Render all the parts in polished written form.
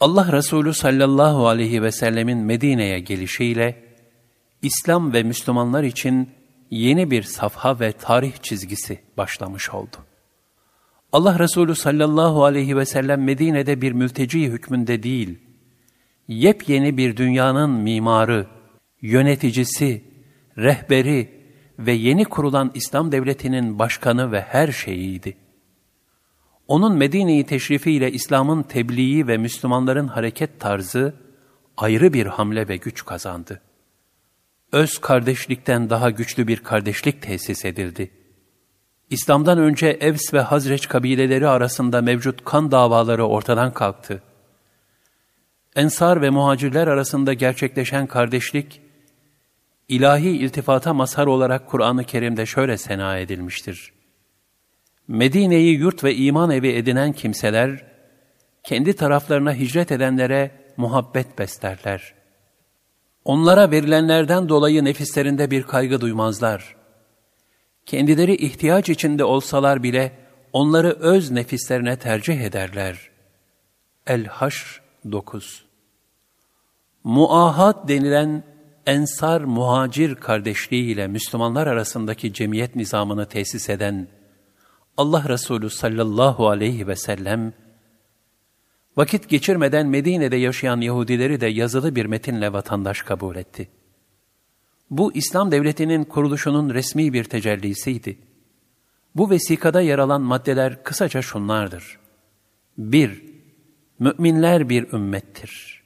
Allah Resulü sallallahu aleyhi ve sellemin Medine'ye gelişiyle, İslam ve Müslümanlar için yeni bir safha ve tarih çizgisi başlamış oldu. Allah Resulü sallallahu aleyhi ve sellem Medine'de bir mülteci hükmünde değil, yepyeni bir dünyanın mimarı, yöneticisi, rehberi ve yeni kurulan İslam devletinin başkanı ve her şeyiydi. Onun Medine-i teşrifiyle İslam'ın tebliği ve Müslümanların hareket tarzı ayrı bir hamle ve güç kazandı. Öz kardeşlikten daha güçlü bir kardeşlik tesis edildi. İslam'dan önce Evs ve Hazreç kabileleri arasında mevcut kan davaları ortadan kalktı. Ensar ve muhacirler arasında gerçekleşen kardeşlik, ilahi iltifata mazhar olarak Kur'an-ı Kerim'de şöyle sena edilmiştir. Medine'yi yurt ve iman evi edinen kimseler, kendi taraflarına hicret edenlere muhabbet beslerler. Onlara verilenlerden dolayı nefislerinde bir kaygı duymazlar. Kendileri ihtiyaç içinde olsalar bile onları öz nefislerine tercih ederler. El-Haşr 9. Muahat denilen Ensar-Muhacir kardeşliği ile Müslümanlar arasındaki cemiyet nizamını tesis eden Allah Resulü sallallahu aleyhi ve sellem, vakit geçirmeden Medine'de yaşayan Yahudileri de yazılı bir metinle vatandaş kabul etti. Bu İslam devletinin kuruluşunun resmi bir tecellisiydi. Bu vesikada yer alan maddeler kısaca şunlardır. 1. Müminler bir ümmettir.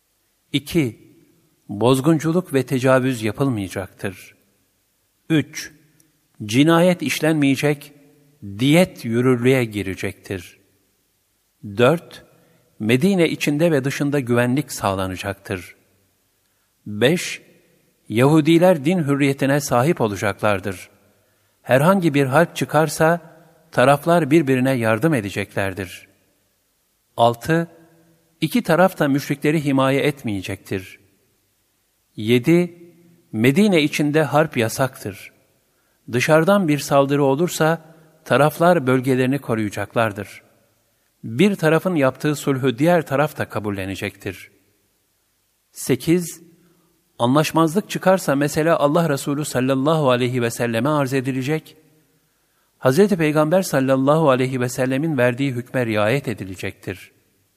2. Bozgunculuk ve tecavüz yapılmayacaktır. 3. Cinayet işlenmeyecek, diyet yürürlüğe girecektir. 4. Medine içinde ve dışında güvenlik sağlanacaktır. 5. Yahudiler din hürriyetine sahip olacaklardır. Herhangi bir harp çıkarsa, taraflar birbirine yardım edeceklerdir. 6. İki taraf da müşrikleri himaye etmeyecektir. 7. Medine içinde harp yasaktır. Dışarıdan bir saldırı olursa, taraflar bölgelerini koruyacaklardır. Bir tarafın yaptığı sulhü diğer taraf da kabullenecektir. 8. Anlaşmazlık çıkarsa mesela Allah Resulü sallallahu aleyhi ve selleme arz edilecek, Hz. Peygamber sallallahu aleyhi ve sellemin verdiği hükme riayet edilecektir.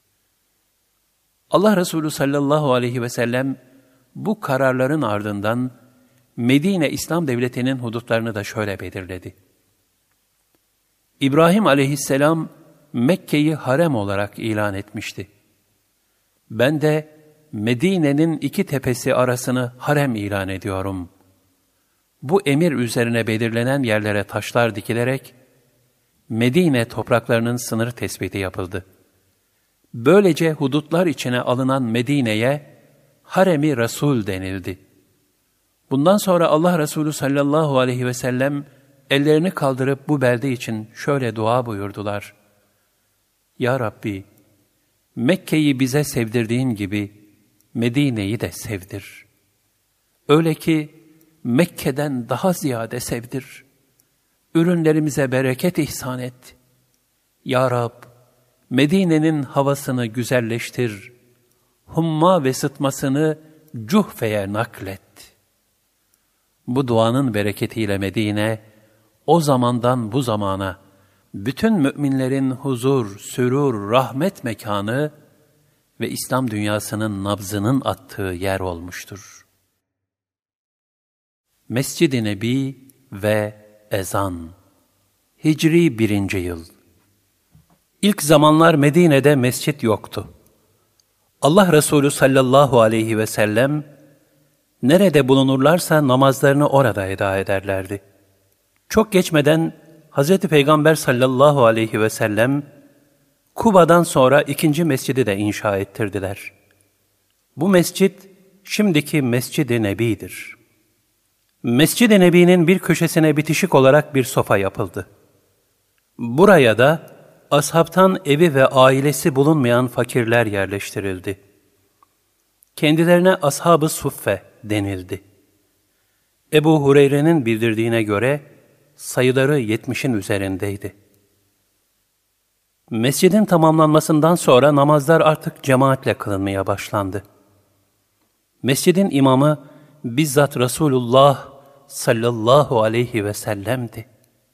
Allah Resulü sallallahu aleyhi ve sellem bu kararların ardından Medine İslam Devleti'nin hudutlarını da şöyle belirledi. İbrahim aleyhisselam Mekke'yi harem olarak ilan etmişti. Ben de Medine'nin iki tepesi arasını harem ilan ediyorum. Bu emir üzerine belirlenen yerlere taşlar dikilerek Medine topraklarının sınır tespiti yapıldı. Böylece hudutlar içine alınan Medine'ye Harem-i Resul denildi. Bundan sonra Allah Resulü sallallahu aleyhi ve sellem ellerini kaldırıp bu belde için şöyle dua buyurdular. Ya Rabbi, Mekke'yi bize sevdirdiğin gibi Medine'yi de sevdir. Öyle ki Mekke'den daha ziyade sevdir. Ürünlerimize bereket ihsan et. Ya Rab, Medine'nin havasını güzelleştir. Humma ve sıtmasını Cuhfe'ye naklet. Bu duanın bereketiyle Medine, o zamandan bu zamana bütün müminlerin huzur, sürur, rahmet mekanı ve İslam dünyasının nabzının attığı yer olmuştur. Mescid-i Nebi ve ezan. Hicri 1. yıl. İlk zamanlar Medine'de mescit yoktu. Allah Resulü sallallahu aleyhi ve sellem nerede bulunurlarsa namazlarını orada eda ederlerdi. Çok geçmeden Hz. Peygamber sallallahu aleyhi ve sellem Kuba'dan sonra ikinci mescidi de inşa ettirdiler. Bu mescit şimdiki Mescid-i Nebi'dir. Mescid-i Nebi'nin bir köşesine bitişik olarak bir sofa yapıldı. Buraya da ashabtan evi ve ailesi bulunmayan fakirler yerleştirildi. Kendilerine ashab-ı suffe denildi. Ebu Hureyre'nin bildirdiğine göre sayıları 70'in üzerindeydi. Mescidin tamamlanmasından sonra namazlar artık cemaatle kılınmaya başlandı. Mescidin imamı bizzat Resulullah sallallahu aleyhi ve sellem'di.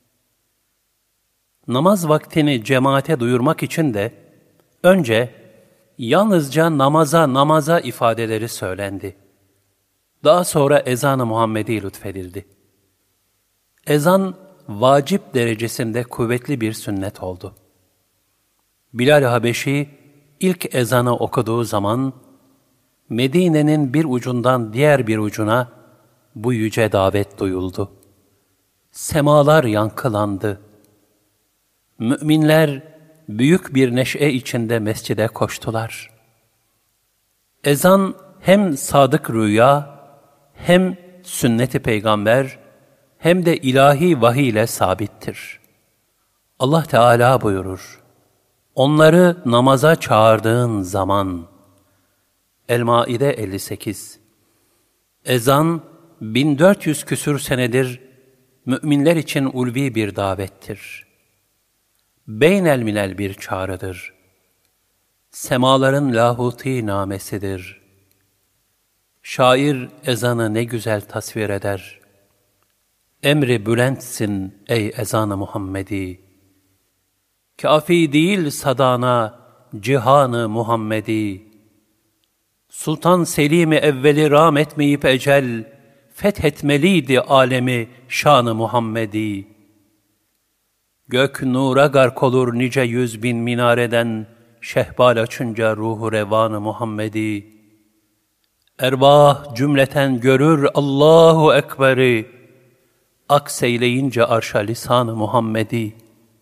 Namaz vaktini cemaate duyurmak için de önce yalnızca namaza ifadeleri söylendi. Daha sonra ezan-ı Muhammedi lütfedildi. Ezan vacip derecesinde kuvvetli bir sünnet oldu. Bilal-i Habeşi ilk ezanı okuduğu zaman Medine'nin bir ucundan diğer bir ucuna bu yüce davet duyuldu. Semalar yankılandı. Müminler büyük bir neşe içinde mescide koştular. Ezan hem sadık rüya, hem sünnet-i peygamber, hem de ilahi vahiy ile sabittir. Allah Teala buyurur, onları namaza çağırdığın zaman, El-Maide 58. Ezan, 1400 küsür senedir müminler için ulvi bir davettir. Beynelmilel bir çağrıdır. Semaların lahuti namesidir. Şair ezanı ne güzel tasvir eder. Emri bülentsin ey ezan-ı Muhammedi. Kafi değil sadana cihan-ı Muhammedi. Sultan Selim-i evveli rağm etmeyip ecel, fethetmeliydi alemi şan-ı Muhammedi. Gök nura gark olur nice 100.000 minareden, şehbal açınca ruhu revan-ı Muhammedi. Ervah cümleten görür Allahu Ekber'i, akseyleyince arşa lisan-ı Muhammedi.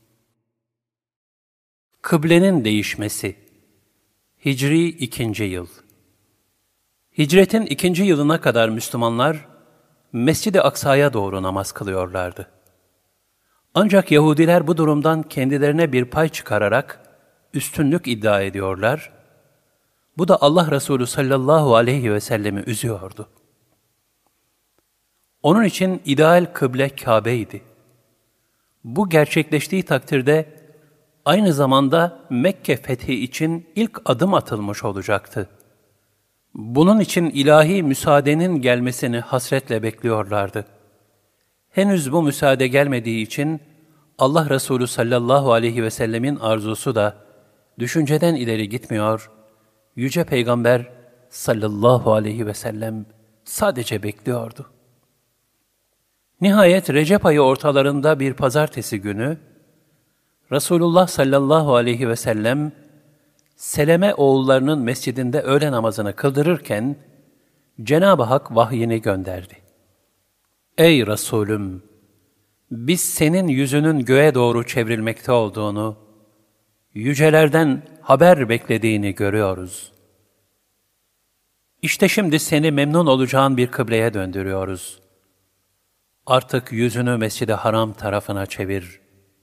Kıblenin değişmesi. Hicri 2. yıl. Hicretin 2. yılına kadar Müslümanlar Mescid-i Aksa'ya doğru namaz kılıyorlardı. Ancak Yahudiler bu durumdan kendilerine bir pay çıkararak üstünlük iddia ediyorlar. Bu da Allah Resulü sallallahu aleyhi ve sellemi üzüyordu. Onun için ideal kıble Kabe'ydi. Bu gerçekleştiği takdirde aynı zamanda Mekke fethi için ilk adım atılmış olacaktı. Bunun için ilahi müsaadenin gelmesini hasretle bekliyorlardı. Henüz bu müsaade gelmediği için Allah Resulü sallallahu aleyhi ve sellemin arzusu da düşünceden ileri gitmiyor, Yüce Peygamber sallallahu aleyhi ve sellem sadece bekliyordu. Nihayet Recep ayı ortalarında bir pazartesi günü, Resulullah sallallahu aleyhi ve sellem, Seleme oğullarının mescidinde öğle namazını kıldırırken, Cenab-ı Hak vahyini gönderdi. Ey Resulüm! Biz senin yüzünün göğe doğru çevrilmekte olduğunu, yücelerden haber beklediğini görüyoruz. İşte şimdi seni memnun olacağın bir kıbleye döndürüyoruz. Artık yüzünü Mescid-i Haram tarafına çevir.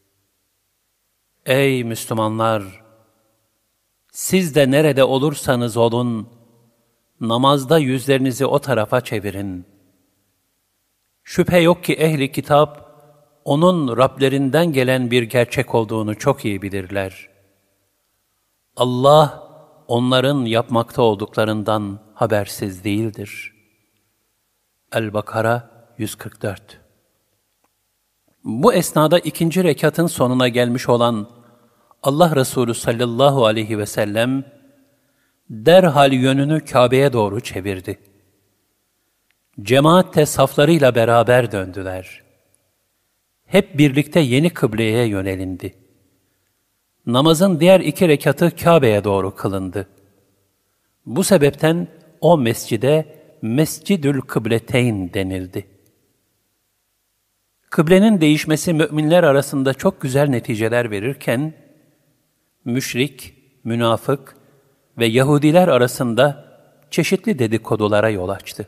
Ey Müslümanlar! Siz de nerede olursanız olun, namazda yüzlerinizi o tarafa çevirin. Şüphe yok ki ehli kitap, onun Rablerinden gelen bir gerçek olduğunu çok iyi bilirler. Allah, onların yapmakta olduklarından habersiz değildir. El-Bakara 144. Bu esnada 2. rekatın sonuna gelmiş olan Allah Resulü sallallahu aleyhi ve sellem derhal yönünü Kabe'ye doğru çevirdi. Cemaat de saflarıyla beraber döndüler. Hep birlikte yeni kıbleye yönelindi. Namazın diğer 2 rekatı Kabe'ye doğru kılındı. Bu sebepten o mescide Mescidül Kıbleteyn denildi. Kıblenin değişmesi müminler arasında çok güzel neticeler verirken, müşrik, münafık ve Yahudiler arasında çeşitli dedikodulara yol açtı.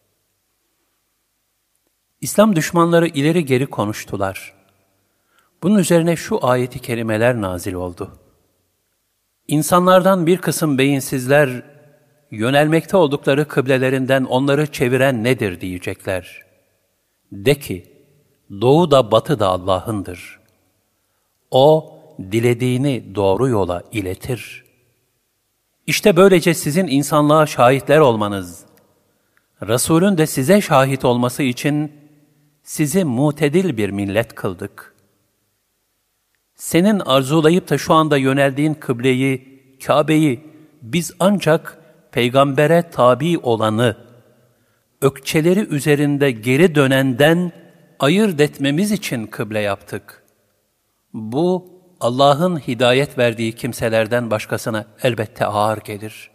İslam düşmanları ileri geri konuştular. Bunun üzerine şu ayeti kerimeler nazil oldu. İnsanlardan bir kısım beyinsizler, yönelmekte oldukları kıblelerinden onları çeviren nedir diyecekler. De ki, doğu da batı da Allah'ındır. O, dilediğini doğru yola iletir. İşte böylece sizin insanlığa şahitler olmanız, Resulün de size şahit olması için sizi mutedil bir millet kıldık. Senin arzulayıp da şu anda yöneldiğin kıbleyi, Kabe'yi biz ancak peygambere tabi olanı, ökçeleri üzerinde geri dönenden ayırt etmemiz için kıble yaptık. Bu, Allah'ın hidayet verdiği kimselerden başkasına elbette ağır gelir.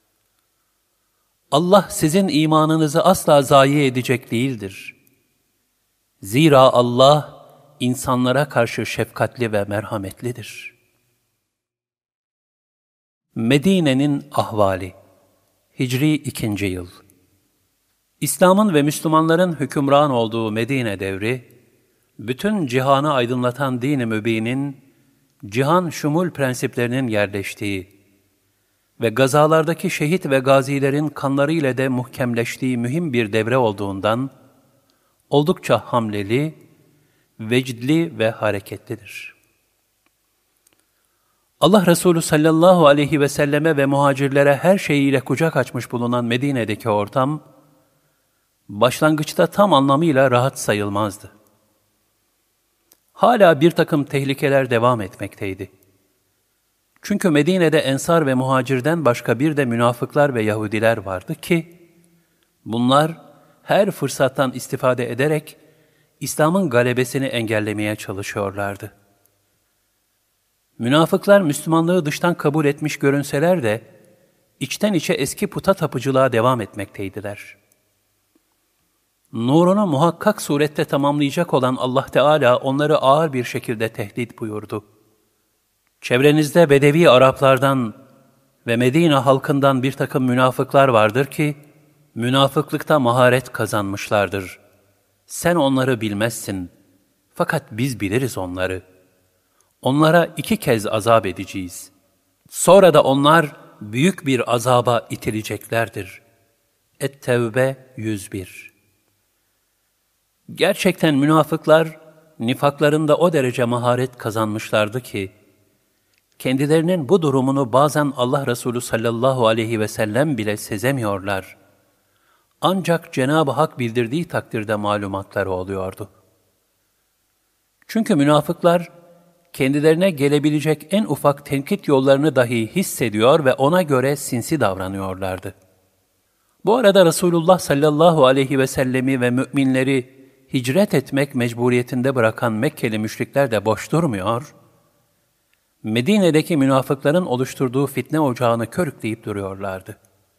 Allah sizin imanınızı asla zayi edecek değildir. Zira Allah, insanlara karşı şefkatli ve merhametlidir. Medine'nin ahvali, Hicri 2. yıl. İslam'ın ve Müslümanların hükümran olduğu Medine devri, bütün cihanı aydınlatan din-i mübinin, cihan şumul prensiplerinin yerleştiği ve gazalardaki şehit ve gazilerin kanları ile de muhkemleştiği mühim bir devre olduğundan, oldukça hamleli, vecdli ve hareketlidir. Allah Resulü sallallahu aleyhi ve selleme ve muhacirlere her şeyiyle kucak açmış bulunan Medine'deki ortam, başlangıçta tam anlamıyla rahat sayılmazdı. Hala bir takım tehlikeler devam etmekteydi. Çünkü Medine'de Ensar ve Muhacir'den başka bir de münafıklar ve Yahudiler vardı ki, bunlar her fırsattan istifade ederek İslam'ın galebesini engellemeye çalışıyorlardı. Münafıklar Müslümanlığı dıştan kabul etmiş görünseler de, içten içe eski puta tapıcılığa devam etmekteydiler. Nurunu muhakkak surette tamamlayacak olan Allah Teala onları ağır bir şekilde tehdit buyurdu. Çevrenizde Bedevi Araplardan ve Medine halkından bir takım münafıklar vardır ki, münafıklıkta maharet kazanmışlardır. Sen onları bilmezsin, fakat biz biliriz onları. Onlara 2 kez azap edeceğiz. Sonra da onlar büyük bir azaba itileceklerdir. Et-Tevbe 101. Gerçekten münafıklar, nifaklarında o derece maharet kazanmışlardı ki, kendilerinin bu durumunu bazen Allah Resulü sallallahu aleyhi ve sellem bile sezemiyorlar. Ancak Cenab-ı Hak bildirdiği takdirde malumatları oluyordu. Çünkü münafıklar, kendilerine gelebilecek en ufak tenkit yollarını dahi hissediyor ve ona göre sinsi davranıyorlardı. Bu arada Resulullah sallallahu aleyhi ve sellemi ve müminleri hicret etmek mecburiyetinde bırakan Mekkeli müşrikler de boş durmuyor, Medine'deki münafıkların oluşturduğu fitne ocağını körükleyip duruyorlardı.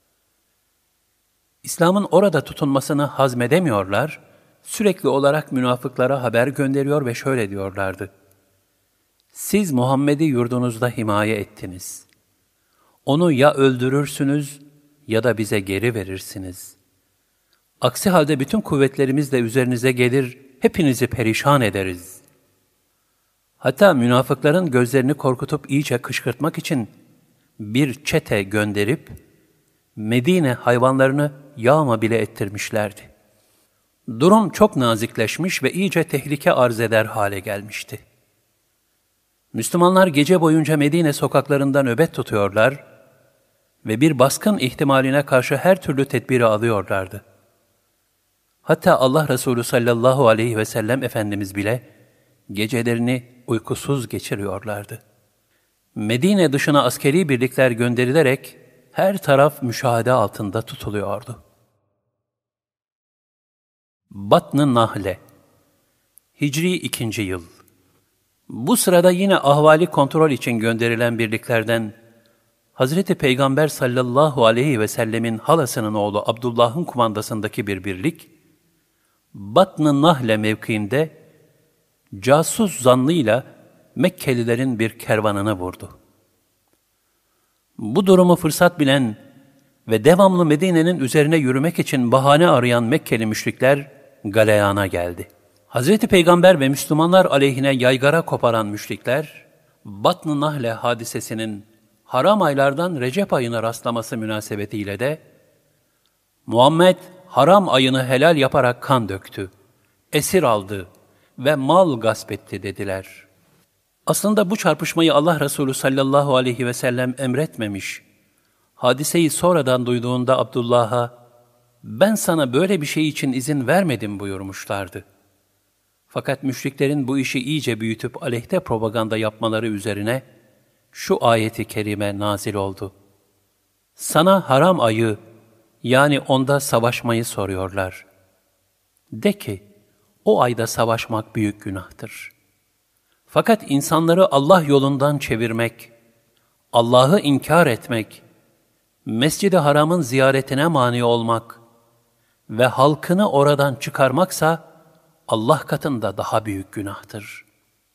İslam'ın orada tutunmasını hazmedemiyorlar, sürekli olarak münafıklara haber gönderiyor ve şöyle diyorlardı: Siz Muhammed'i yurdunuzda himaye ettiniz. Onu ya öldürürsünüz ya da bize geri verirsiniz. Aksi halde bütün kuvvetlerimizle üzerinize gelir, hepinizi perişan ederiz. Hatta münafıkların gözlerini korkutup iyice kışkırtmak için bir çete gönderip Medine hayvanlarını yağma bile ettirmişlerdi. Durum çok nazikleşmiş ve iyice tehlike arz eder hale gelmişti. Müslümanlar gece boyunca Medine sokaklarında nöbet tutuyorlar ve bir baskın ihtimaline karşı her türlü tedbiri alıyorlardı. Hatta Allah Resulü sallallahu aleyhi ve sellem Efendimiz bile gecelerini uykusuz geçiriyorlardı. Medine dışına askeri birlikler gönderilerek her taraf müşahede altında tutuluyordu. Batn-ı Nahle, Hicri 2. yıl. Bu sırada yine ahvali kontrol için gönderilen birliklerden Hazreti Peygamber sallallahu aleyhi ve sellemin halasının oğlu Abdullah'ın kumandasındaki bir birlik, Batn-ı Nahle mevkiinde casus zannıyla Mekkelilerin bir kervanını vurdu. Bu durumu fırsat bilen ve devamlı Medine'nin üzerine yürümek için bahane arayan Mekkeli müşrikler galeyana geldi. Hazreti Peygamber ve Müslümanlar aleyhine yaygara koparan müşrikler, Batn-ı Nahle hadisesinin haram aylardan Recep ayına rastlaması münasebetiyle de Muhammed haram ayını helal yaparak kan döktü, esir aldı ve mal gasp etti dediler. Aslında bu çarpışmayı Allah Resulü sallallahu aleyhi ve sellem emretmemiş. Hadiseyi sonradan duyduğunda Abdullah'a, "Ben sana böyle bir şey için izin vermedim" buyurmuşlardı. Fakat müşriklerin bu işi iyice büyütüp aleyhte propaganda yapmaları üzerine şu ayeti kerime nazil oldu. Sana haram ayı, yani onda savaşmayı soruyorlar. De ki, o ayda savaşmak büyük günahtır. Fakat insanları Allah yolundan çevirmek, Allah'ı inkar etmek, Mescid-i Haram'ın ziyaretine mani olmak ve halkını oradan çıkarmaksa Allah katında daha büyük günahtır.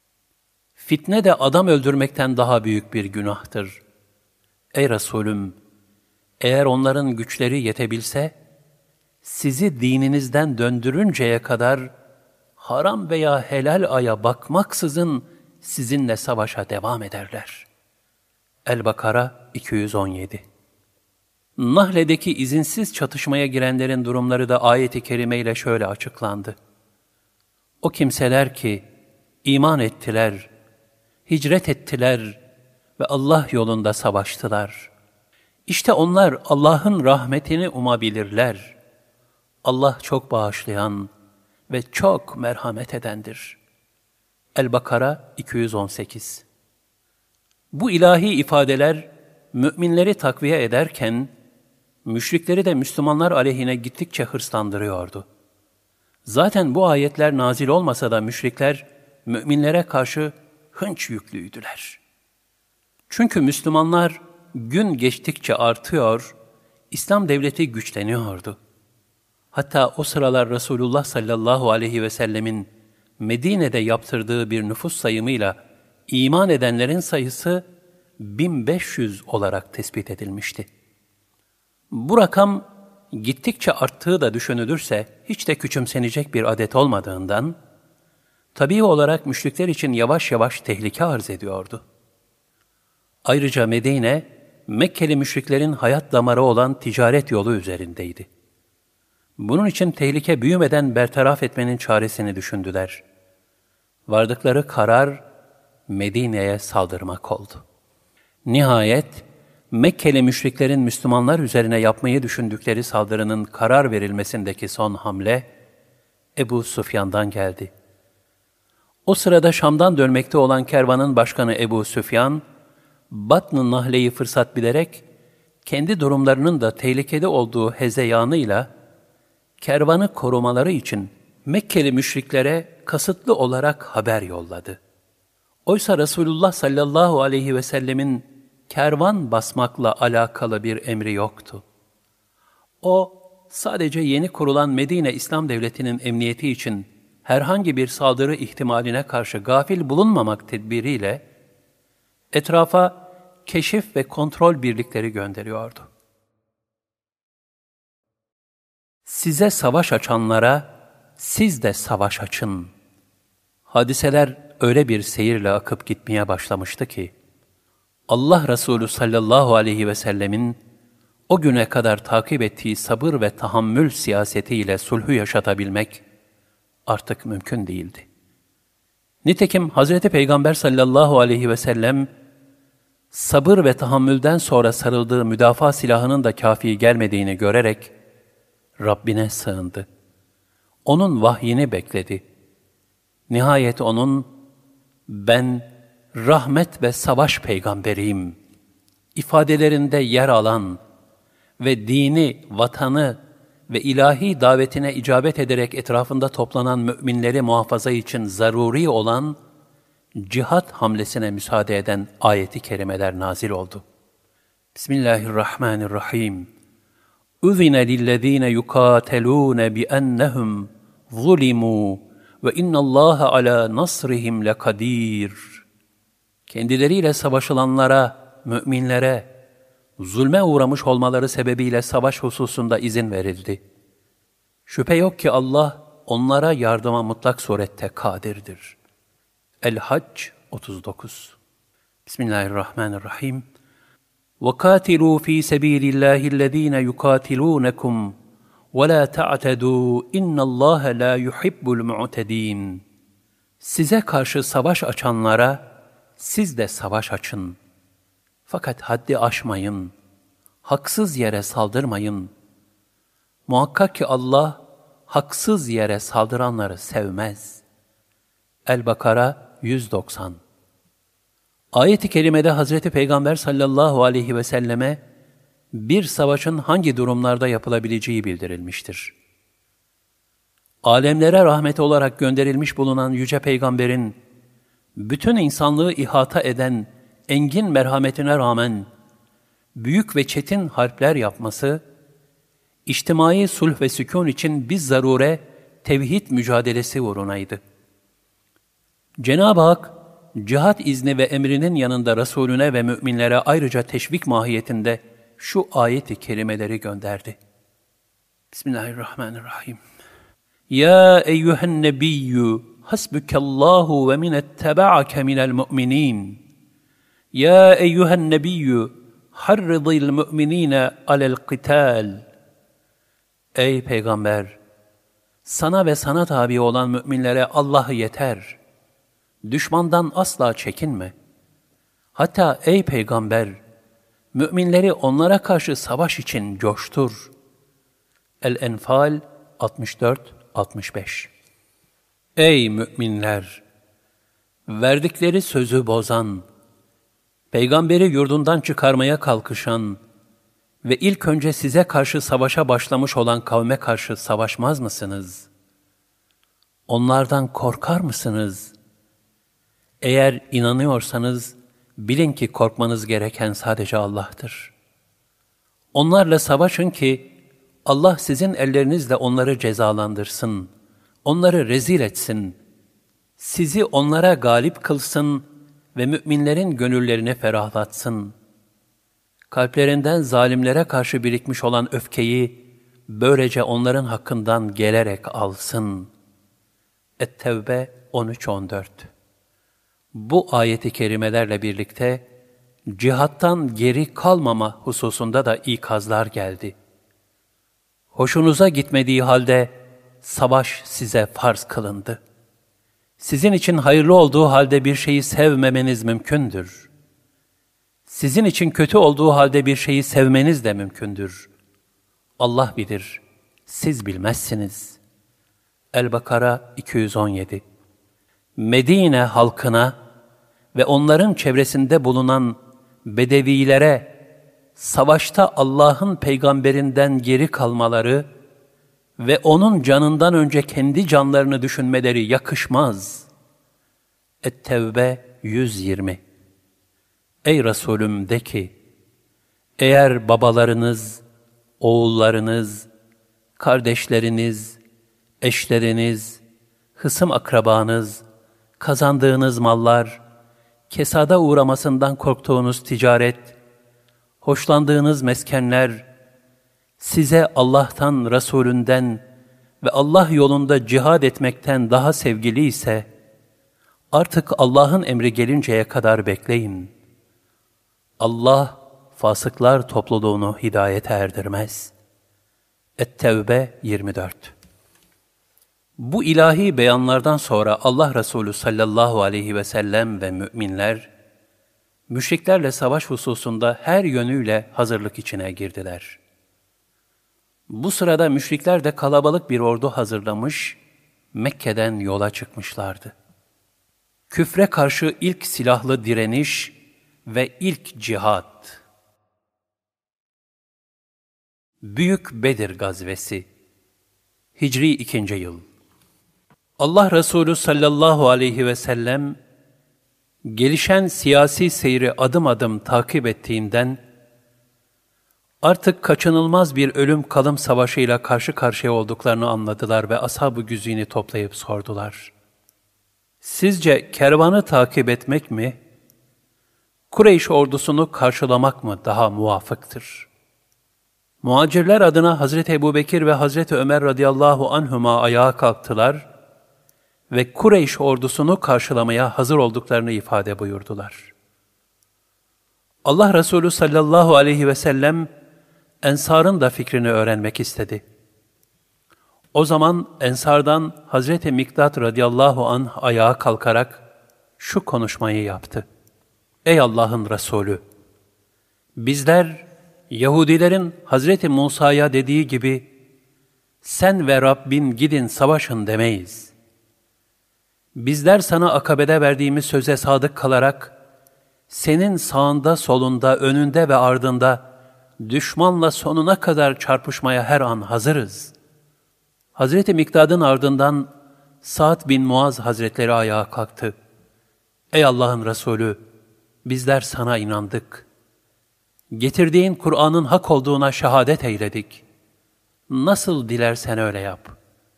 Fitne de adam öldürmekten daha büyük bir günahtır. Ey Resulüm, eğer onların güçleri yetebilse, sizi dininizden döndürünceye kadar haram veya helal aya bakmaksızın sizinle savaşa devam ederler. El-Bakara 217. Nahle'deki izinsiz çatışmaya girenlerin durumları da ayet-i kerimeyle şöyle açıklandı. O kimseler ki iman ettiler, hicret ettiler ve Allah yolunda savaştılar. İşte onlar Allah'ın rahmetini umabilirler. Allah çok bağışlayan ve çok merhamet edendir. El-Bakara 218. Bu ilahi ifadeler müminleri takviye ederken, müşrikleri de Müslümanlar aleyhine gittikçe hırslandırıyordu. Zaten bu ayetler nazil olmasa da müşrikler, müminlere karşı hınç yüklüydüler. Çünkü Müslümanlar gün geçtikçe artıyor, İslam devleti güçleniyordu. Hatta o sıralar Resulullah sallallahu aleyhi ve sellemin Medine'de yaptırdığı bir nüfus sayımıyla iman edenlerin sayısı 1500 olarak tespit edilmişti. Bu rakam gittikçe arttığı da düşünülürse hiç de küçümsenecek bir adet olmadığından, tabii olarak müşrikler için yavaş yavaş tehlike arz ediyordu. Ayrıca Medine, Mekkeli müşriklerin hayat damarı olan ticaret yolu üzerindeydi. Bunun için tehlike büyümeden bertaraf etmenin çaresini düşündüler. Vardıkları karar Medine'ye saldırmak oldu. Nihayet Mekkeli müşriklerin Müslümanlar üzerine yapmayı düşündükleri saldırının karar verilmesindeki son hamle Ebu Süfyan'dan geldi. O sırada Şam'dan dönmekte olan kervanın başkanı Ebu Süfyan, Batn-ı Nahle'yi fırsat bilerek kendi durumlarının da tehlikede olduğu hezeyanıyla kervanı korumaları için Mekkeli müşriklere kasıtlı olarak haber yolladı. Oysa Resulullah sallallahu aleyhi ve sellemin kervan basmakla alakalı bir emri yoktu. O, sadece yeni kurulan Medine İslam Devleti'nin emniyeti için herhangi bir saldırı ihtimaline karşı gafil bulunmamak tedbiriyle etrafa keşif ve kontrol birlikleri gönderiyordu. Size savaş açanlara siz de savaş açın. Hadiseler öyle bir seyirle akıp gitmeye başlamıştı ki, Allah Resulü sallallahu aleyhi ve sellemin o güne kadar takip ettiği sabır ve tahammül siyasetiyle sulhü yaşatabilmek artık mümkün değildi. Nitekim Hazreti Peygamber sallallahu aleyhi ve sellem, sabır ve tahammülden sonra sarıldığı müdafaa silahının da kafi gelmediğini görerek Rabbine sığındı. Onun vahyini bekledi. Nihayet onun, "Ben rahmet ve savaş peygamberiyim" ifadelerinde yer alan ve dini, vatanı ve ilahi davetine icabet ederek etrafında toplanan müminleri muhafaza için zaruri olan cihat hamlesine müsaade eden ayeti kerimeler nazil oldu. Bismillahirrahmanirrahim. Üzine lillezine yukatelune biennehum zulimu ve innallaha ala nasrihim lekadir. Kendileriyle savaşılanlara, müminlere, zulme uğramış olmaları sebebiyle savaş hususunda izin verildi. Şüphe yok ki Allah onlara yardıma mutlak surette kadirdir. El-Hac 39. Bismillahirrahmanirrahim. وَقَاتِلُوا ف۪ي سَب۪يلِ اللّٰهِ الَّذ۪ينَ يُقَاتِلُونَكُمْ وَلَا تَعْتَدُوا اِنَّ اللّٰهَ لَا يُحِبُّ الْمُعْتَد۪ينَ. Size karşı savaş açanlara siz de savaş açın. Fakat haddi aşmayın, haksız yere saldırmayın. Muhakkak ki Allah, haksız yere saldıranları sevmez. El-Bakara 190. Ayet-i kerimede Hazreti Peygamber sallallahu aleyhi ve selleme bir savaşın hangi durumlarda yapılabileceği bildirilmiştir. Alemlere rahmet olarak gönderilmiş bulunan Yüce Peygamber'in, bütün insanlığı ihata eden engin merhametine rağmen, büyük ve çetin harpler yapması, içtimai sulh ve sükûn için biz zarure tevhid mücadelesi uğrunaydı. Cenab-ı Hak, cihat izni ve emrinin yanında Resulüne ve müminlere ayrıca teşvik mahiyetinde şu ayet-i kerimeleri gönderdi. Bismillahirrahmanirrahim. Ya eyyühen nebiyyü, hasbukallahu ve minettebaake minel mu'minin. Ya eyyühen nebiyyü, harridil mu'minine alel qital. Ey Peygamber! Sana ve sana tabi olan müminlere Allah yeter. Düşmandan asla çekinme. Hatta ey Peygamber! Müminleri onlara karşı savaş için coştur. El-Enfal 64-65. Ey müminler! Verdikleri sözü bozan, Peygamberi yurdundan çıkarmaya kalkışan ve ilk önce size karşı savaşa başlamış olan kavme karşı savaşmaz mısınız? Onlardan korkar mısınız? Eğer inanıyorsanız, bilin ki korkmanız gereken sadece Allah'tır. Onlarla savaşın ki, Allah sizin ellerinizle onları cezalandırsın, onları rezil etsin, sizi onlara galip kılsın ve müminlerin gönüllerini ferahlatsın. Kalplerinden zalimlere karşı birikmiş olan öfkeyi, böylece onların hakkından gelerek alsın. Et-Tevbe 13-14. Bu ayet-i kerimelerle birlikte, cihattan geri kalmama hususunda da ikazlar geldi. Hoşunuza gitmediği halde, savaş size farz kılındı. Sizin için hayırlı olduğu halde bir şeyi sevmemeniz mümkündür. Sizin için kötü olduğu halde bir şeyi sevmeniz de mümkündür. Allah bilir, siz bilmezsiniz. El-Bakara 217. Medine halkına ve onların çevresinde bulunan bedevilere savaşta Allah'ın peygamberinden geri kalmaları ve onun canından önce kendi canlarını düşünmeleri yakışmaz. Et-Tevbe 120. Ey Resulüm de ki, eğer babalarınız, oğullarınız, kardeşleriniz, eşleriniz, hısım akrabanız, kazandığınız mallar, kesada uğramasından korktuğunuz ticaret, hoşlandığınız meskenler, size Allah'tan, Resulünden ve Allah yolunda cihad etmekten daha sevgili ise, artık Allah'ın emri gelinceye kadar bekleyin. Allah, fasıklar topluluğunu hidayete erdirmez. Et-Tevbe 24. Bu ilahi beyanlardan sonra Allah Resulü sallallahu aleyhi ve sellem ve müminler, müşriklerle savaş hususunda her yönüyle hazırlık içine girdiler. Bu sırada müşrikler de kalabalık bir ordu hazırlamış, Mekke'den yola çıkmışlardı. Küfre karşı ilk silahlı direniş ve ilk cihad. Büyük Bedir Gazvesi. Hicri 2. yıl. Allah Resulü sallallahu aleyhi ve sellem, gelişen siyasi seyri adım adım takip ettiğinden, artık kaçınılmaz bir ölüm kalım savaşıyla karşı karşıya olduklarını anladılar ve ashab-ı güzini toplayıp sordular. Sizce kervanı takip etmek mi, Kureyş ordusunu karşılamak mı daha muvafıktır? Muhacirler adına Hazreti Ebubekir ve Hazreti Ömer radıyallahu anhuma ayağa kalktılar ve Kureyş ordusunu karşılamaya hazır olduklarını ifade buyurdular. Allah Resulü sallallahu aleyhi ve sellem, Ensar'ın da fikrini öğrenmek istedi. O zaman Ensar'dan Hazreti Mikdad radıyallahu anh ayağa kalkarak şu konuşmayı yaptı. Ey Allah'ın Resulü! Bizler Yahudilerin Hazreti Musa'ya dediği gibi sen ve Rabbin gidin savaşın demeyiz. Bizler sana akabede verdiğimiz söze sadık kalarak senin sağında, solunda, önünde ve ardında düşmanla sonuna kadar çarpışmaya her an hazırız. Hazreti Mikdad'ın ardından Sa'd bin Muaz Hazretleri ayağa kalktı. Ey Allah'ın Resulü! Bizler sana inandık. Getirdiğin Kur'an'ın hak olduğuna şehadet eyledik. Nasıl dilersen öyle yap.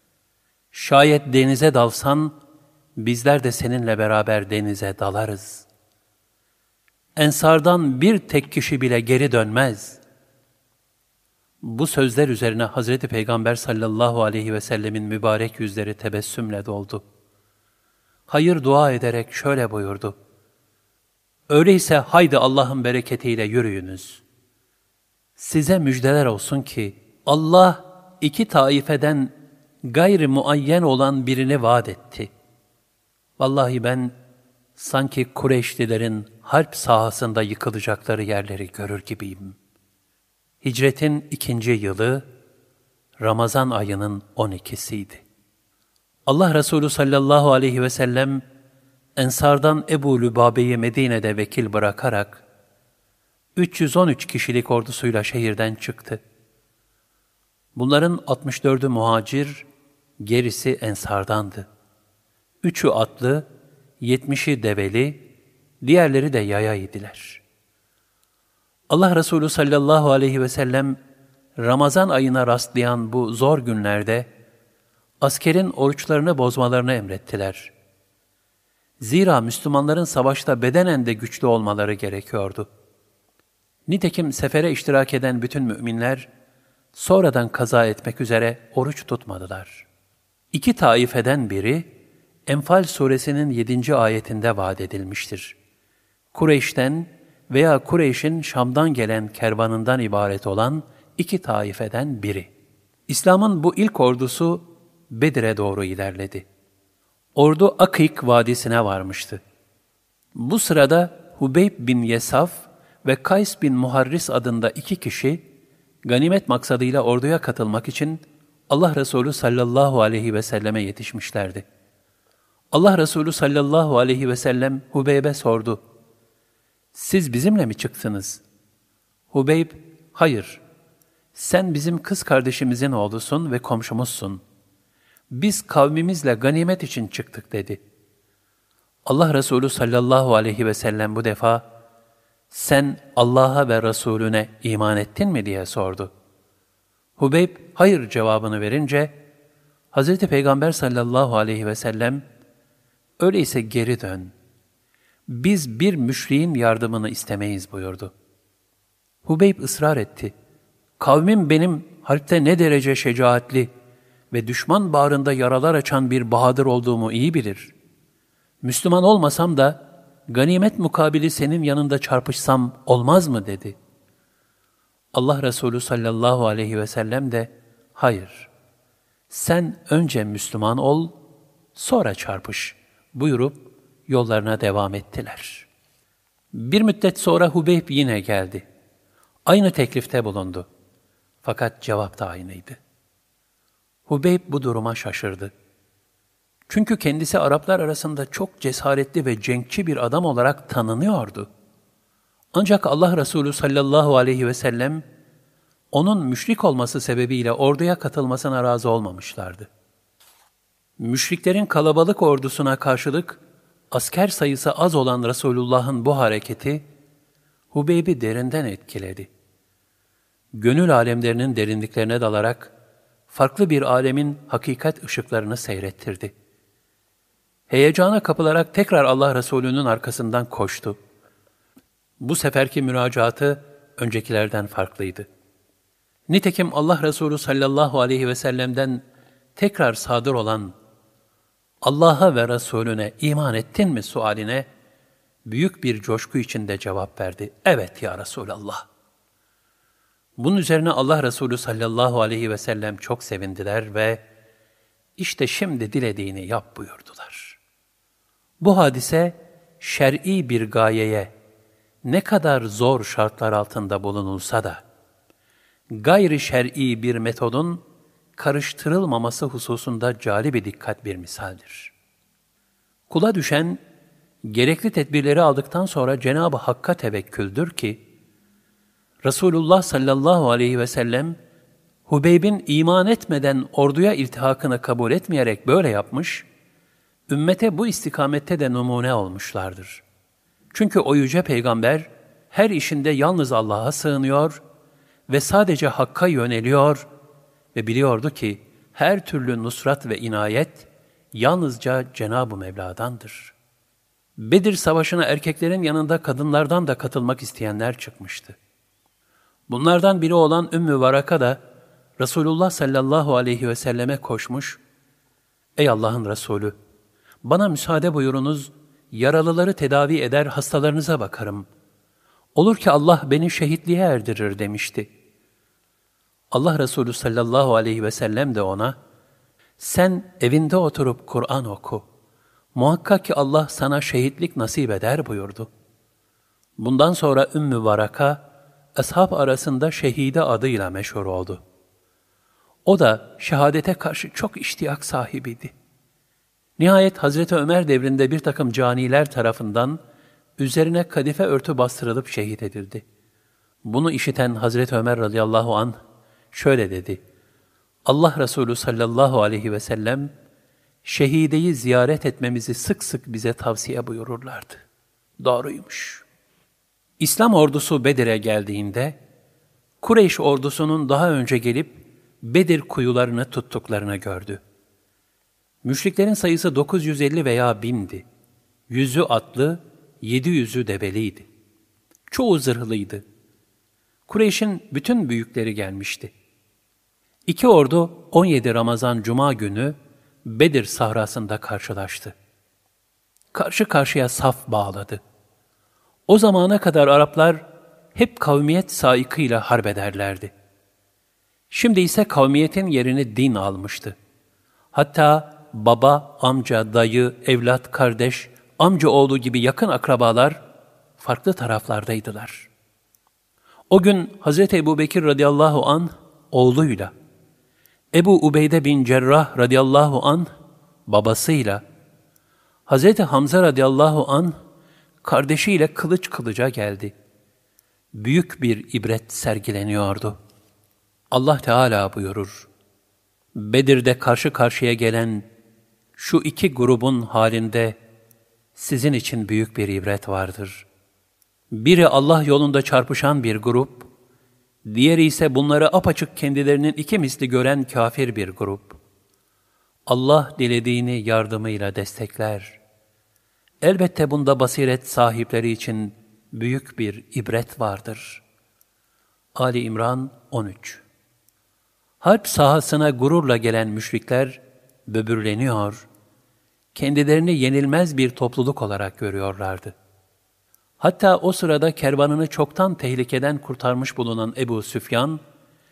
Şayet denize dalsan, bizler de seninle beraber denize dalarız. Ensardan bir tek kişi bile geri dönmez. Bu sözler üzerine Hazreti Peygamber sallallahu aleyhi ve sellemin mübarek yüzleri tebessümle doldu. Hayır dua ederek şöyle buyurdu. Öyleyse haydi Allah'ın bereketiyle yürüyünüz. Size müjdeler olsun ki Allah iki taifeden gayri muayyen olan birini vaat etti. Vallahi ben sanki Kureyşlilerin harp sahasında yıkılacakları yerleri görür gibiyim. Hicretin 2. yılı Ramazan ayının 12'siydi. Allah Resulü sallallahu aleyhi ve sellem Ensardan Ebu Lübabe'yi Medine'de vekil bırakarak 313 kişilik ordusuyla şehirden çıktı. Bunların 64'ü muhacir, gerisi ensardandı. 3'ü atlı, 70'i develi, diğerleri de yaya idiler. Allah Resulü sallallahu aleyhi ve sellem Ramazan ayına rastlayan bu zor günlerde askerin oruçlarını bozmalarını emrettiler. Zira Müslümanların savaşta bedenen de güçlü olmaları gerekiyordu. Nitekim sefere iştirak eden bütün müminler sonradan kaza etmek üzere oruç tutmadılar. İki taifeden biri Enfal suresinin 7. ayetinde vaat edilmiştir. Kureyş'ten veya Kureyş'in Şam'dan gelen kervanından ibaret olan iki taifeden biri. İslam'ın bu ilk ordusu Bedir'e doğru ilerledi. Ordu Akik vadisine varmıştı. Bu sırada Hubeyb bin Yesaf ve Kays bin Muharris adında iki kişi ganimet maksadıyla orduya katılmak için Allah Resulü sallallahu aleyhi ve selleme yetişmişlerdi. Allah Resulü sallallahu aleyhi ve sellem Hubeyb'e sordu. Siz bizimle mi çıktınız? Hubeyb, hayır, sen bizim kız kardeşimizin oğlusun ve komşumuzsun. Biz kavmimizle ganimet için çıktık dedi. Allah Resulü sallallahu aleyhi ve sellem bu defa, sen Allah'a ve Resulüne iman ettin mi diye sordu. Hubeyb, hayır cevabını verince, Hazreti Peygamber sallallahu aleyhi ve sellem, öyleyse geri dön. Biz bir müşriğin yardımını istemeyiz buyurdu. Hubeyb ısrar etti. Kavmim benim harpte ne derece şecaatli ve düşman bağrında yaralar açan bir bahadır olduğumu iyi bilir. Müslüman olmasam da ganimet mukabili senin yanında çarpışsam olmaz mı dedi. Allah Resulü sallallahu aleyhi ve sellem de hayır, sen önce Müslüman ol, sonra çarpış buyurup yollarına devam ettiler. Bir müddet sonra Hubeyb yine geldi. Aynı teklifte bulundu. Fakat cevap da aynıydı. Hubeyb bu duruma şaşırdı. Çünkü kendisi Araplar arasında çok cesaretli ve cenkçi bir adam olarak tanınıyordu. Ancak Allah Resulü sallallahu aleyhi ve sellem onun müşrik olması sebebiyle orduya katılmasına razı olmamışlardı. Müşriklerin kalabalık ordusuna karşılık asker sayısı az olan Resulullah'ın bu hareketi Hubeyb'i derinden etkiledi. Gönül alemlerinin derinliklerine dalarak farklı bir alemin hakikat ışıklarını seyrettirdi. Heyecana kapılarak tekrar Allah Resulü'nün arkasından koştu. Bu seferki müracaatı öncekilerden farklıydı. Nitekim Allah Resulü sallallahu aleyhi ve sellem'den tekrar sadır olan Allah'a ve Resulüne iman ettin mi sualine büyük bir coşku içinde cevap verdi. Evet ya Resulallah. Bunun üzerine Allah Resulü sallallahu aleyhi ve sellem çok sevindiler ve işte şimdi dilediğini yap buyurdular. Bu hadise şer'i bir gayeye ne kadar zor şartlar altında bulunulsa da, gayri şer'i bir metodun karıştırılmaması hususunda cali bir dikkat bir misaldir. Kula düşen, gerekli tedbirleri aldıktan sonra Cenab-ı Hakk'a tevekküldür ki, Resulullah sallallahu aleyhi ve sellem, Hubeyb'in iman etmeden orduya iltihakını kabul etmeyerek böyle yapmış, ümmete bu istikamette de numune olmuşlardır. Çünkü o yüce peygamber, her işinde yalnız Allah'a sığınıyor ve sadece Hakk'a yöneliyor ve biliyordu ki, her türlü nusrat ve inayet, yalnızca Cenab-ı Mevla'dandır. Bedir Savaşı'na erkeklerin yanında kadınlardan da katılmak isteyenler çıkmıştı. Bunlardan biri olan Ümmü Varaka da Resulullah sallallahu aleyhi ve selleme koşmuş, "Ey Allah'ın Resulü, bana müsaade buyurunuz, yaralıları tedavi eder, hastalarınıza bakarım. Olur ki Allah beni şehitliğe erdirir," demişti. Allah Resulü sallallahu aleyhi ve sellem de ona, "Sen evinde oturup Kur'an oku. Muhakkak ki Allah sana şehitlik nasip eder," buyurdu. Bundan sonra Ümmü Varaka, ashab arasında şehide adıyla meşhur oldu. O da şehadete karşı çok iştiyak sahibiydi. Nihayet Hazreti Ömer devrinde bir takım caniler tarafından üzerine kadife örtü bastırılıp şehit edildi. Bunu işiten Hazreti Ömer radıyallahu anh şöyle dedi: Allah Resulü sallallahu aleyhi ve sellem, şehideyi ziyaret etmemizi sık sık bize tavsiye buyururlardı. Doğruymuş. İslam ordusu Bedir'e geldiğinde, Kureyş ordusunun daha önce gelip Bedir kuyularını tuttuklarını gördü. Müşriklerin sayısı 950 veya 1000'di. 100'ü atlı, 700'ü debeliydi. Çoğu zırhlıydı. Kureyş'in bütün büyükleri gelmişti. İki ordu 17 Ramazan Cuma günü Bedir sahrasında karşılaştı. Karşı karşıya saf bağladı. O zamana kadar Araplar hep kavmiyet saikıyla harbederlerdi. Şimdi ise kavmiyetin yerini din almıştı. Hatta baba, amca, dayı, evlat, kardeş, amcaoğlu gibi yakın akrabalar farklı taraflardaydılar. O gün Hazreti Ebubekir radıyallahu anh oğluyla, Ebu Ubeyde bin Cerrah radıyallahu anh babasıyla, Hazreti Hamza radıyallahu anh kardeşiyle kılıç kılıca geldi. Büyük bir ibret sergileniyordu. Allah Teala buyurur, Bedir'de karşı karşıya gelen şu iki grubun halinde sizin için büyük bir ibret vardır. Biri Allah yolunda çarpışan bir grup, diğeri ise bunları apaçık kendilerinin iki misli gören kafir bir grup. Allah dilediğini yardımıyla destekler. Elbette bunda basiret sahipleri için büyük bir ibret vardır. Ali İmran 13. Harp sahasına gururla gelen müşrikler böbürleniyor, kendilerini yenilmez bir topluluk olarak görüyorlardı. Hatta o sırada kervanını çoktan tehlikeden kurtarmış bulunan Ebu Süfyan,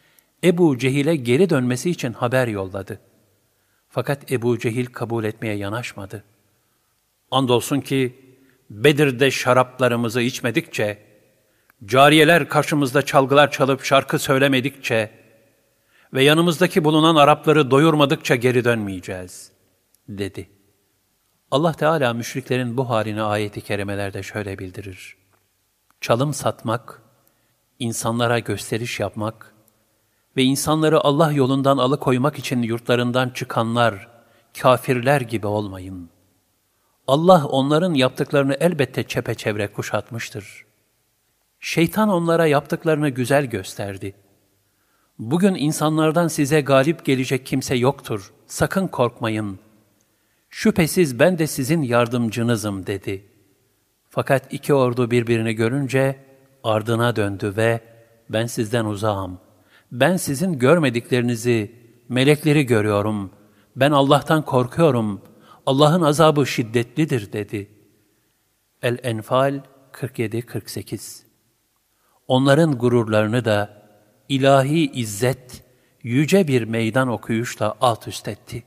Ebu Cehil'e geri dönmesi için haber yolladı. Fakat Ebu Cehil kabul etmeye yanaşmadı. Andolsun ki Bedir'de şaraplarımızı içmedikçe, cariyeler karşımızda çalgılar çalıp şarkı söylemedikçe ve yanımızdaki bulunan Arapları doyurmadıkça geri dönmeyeceğiz, dedi. Allah Teala müşriklerin bu halini ayet-i kerimelerde şöyle bildirir. Çalım satmak, insanlara gösteriş yapmak ve insanları Allah yolundan alıkoymak için yurtlarından çıkanlar, kafirler gibi olmayın. Allah onların yaptıklarını elbette çepeçevre kuşatmıştır. Şeytan onlara yaptıklarını güzel gösterdi. Bugün insanlardan size galip gelecek kimse yoktur, sakın korkmayın. Şüphesiz ben de sizin yardımcınızım dedi. Fakat iki ordu birbirini görünce ardına döndü ve ben sizden uzağım. Ben sizin görmediklerinizi, melekleri görüyorum. Ben Allah'tan korkuyorum. Allah'ın azabı şiddetlidir dedi. El-Enfal 47-48. Onların gururlarını da ilahi izzet, yüce bir meydan okuyuşla alt üst etti.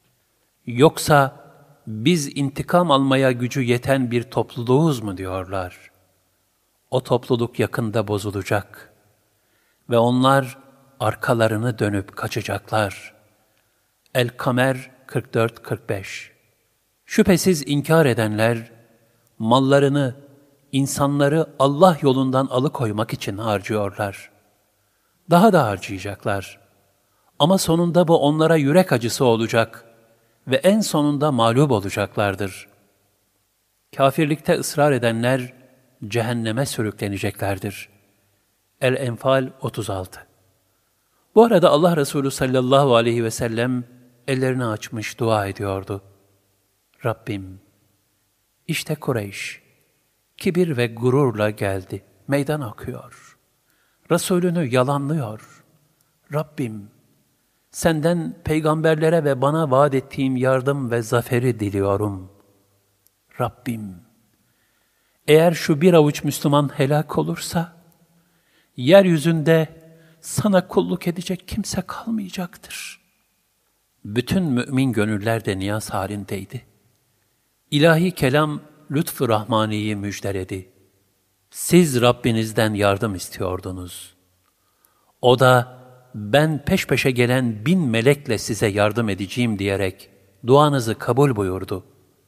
Yoksa biz intikam almaya gücü yeten bir topluluğuz mu diyorlar? o topluluk yakında bozulacak ve onlar arkalarını dönüp kaçacaklar. El-Kamer 44-45. Şüphesiz inkar edenler, mallarını, insanları Allah yolundan alıkoymak için harcıyorlar. Daha da harcayacaklar. Ama sonunda bu onlara yürek acısı olacak ve en sonunda mağlup olacaklardır. Kafirlikte ısrar edenler cehenneme sürükleneceklerdir. El-Enfal 36. Bu arada Allah Resulü sallallahu aleyhi ve sellem ellerini açmış dua ediyordu. Rabbim, işte Kureyş, kibir ve gururla geldi, meydan akıyor. Resulünü yalanlıyor. Rabbim, senden peygamberlere ve bana vaat ettiğim yardım ve zaferi diliyorum. Rabbim, eğer şu bir avuç Müslüman helak olursa, yeryüzünde sana kulluk edecek kimse kalmayacaktır. Bütün mümin gönüller de niyaz halindeydi. İlahi kelam lütfu rahmaniyi müjdeledi. Siz Rabbinizden yardım istiyordunuz. O da ben peş peşe gelen 1000 melekle size yardım edeceğim diyerek duanızı kabul buyurdu.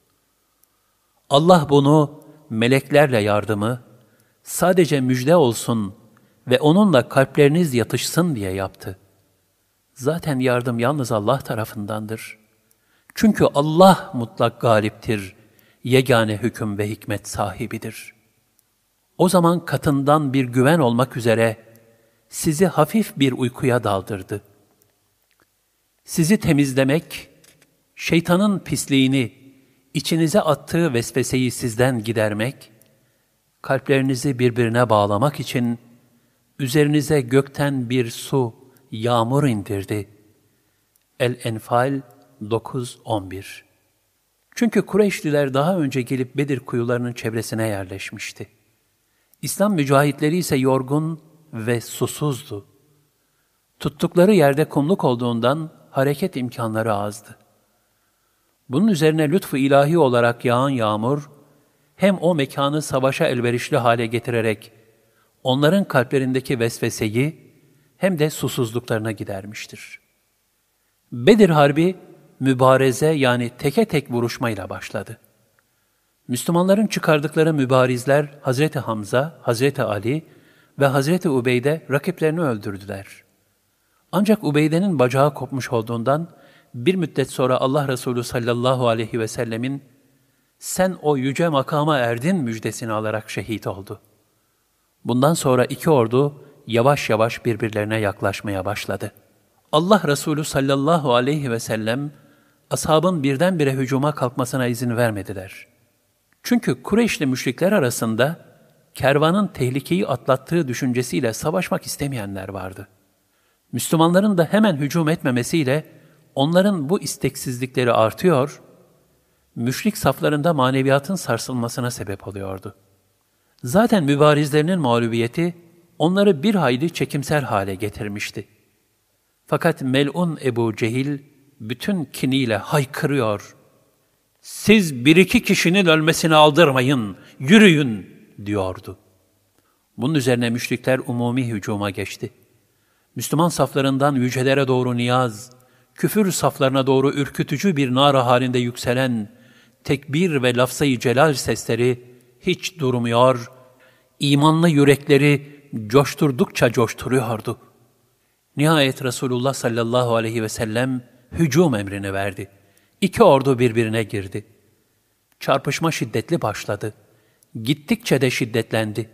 Allah bunu meleklerle yardımı sadece müjde olsun ve onunla kalpleriniz yatışsın diye yaptı. Zaten yardım yalnız Allah tarafındandır. Çünkü Allah mutlak galiptir, yegane hüküm ve hikmet sahibidir. O zaman katından bir güven olmak üzere sizi hafif bir uykuya daldırdı. Sizi temizlemek, şeytanın pisliğini, içinize attığı vesveseyi sizden gidermek, kalplerinizi birbirine bağlamak için üzerinize gökten bir su, yağmur indirdi. El-Enfal 9-11. Çünkü Kureyşliler daha önce gelip Bedir kuyularının çevresine yerleşmişti. İslam mücahitleri ise yorgun ve susuzdu. Tuttukları yerde kumluk olduğundan hareket imkanları azdı. Bunun üzerine lütfu ilahi olarak yağan yağmur, hem o mekanı savaşa elverişli hale getirerek onların kalplerindeki vesveseyi hem de susuzluklarına gidermiştir. Bedir Harbi, mübareze yani teke tek vuruşmayla başladı. Müslümanların çıkardıkları mübarizler Hazreti Hamza, Hazreti Ali ve Hazreti Ubeyde rakiplerini öldürdüler. Ancak Ubeyde'nin bacağı kopmuş olduğundan bir müddet sonra Allah Resulü sallallahu aleyhi ve sellemin sen o yüce makama erdin müjdesini alarak şehit oldu. Bundan sonra iki ordu yavaş yavaş birbirlerine yaklaşmaya başladı. Allah Resulü sallallahu aleyhi ve sellem ashabın birdenbire hücuma kalkmasına izin vermediler. Çünkü Kureyşli müşrikler arasında kervanın tehlikeyi atlattığı düşüncesiyle savaşmak istemeyenler vardı. Müslümanların da hemen hücum etmemesiyle onların bu isteksizlikleri artıyor, müşrik saflarında maneviyatın sarsılmasına sebep oluyordu. Zaten mübarizlerinin mağlubiyeti onları bir hayli çekimser hale getirmişti. Fakat mel'un Ebu Cehil bütün kiniyle haykırıyor. Siz bir iki kişinin ölmesini aldırmayın, yürüyün diyordu. Bunun üzerine müşrikler umumi hücuma geçti. Müslüman saflarından yücelere doğru niyaz, küfür saflarına doğru ürkütücü bir nara halinde yükselen tekbir ve lafzayı celal sesleri hiç durmuyor, imanlı yürekleri coşturdukça coşturuyordu. Nihayet Resulullah sallallahu aleyhi ve sellem hücum emrini verdi. İki ordu birbirine girdi. Çarpışma şiddetli başladı. Gittikçe de şiddetlendi.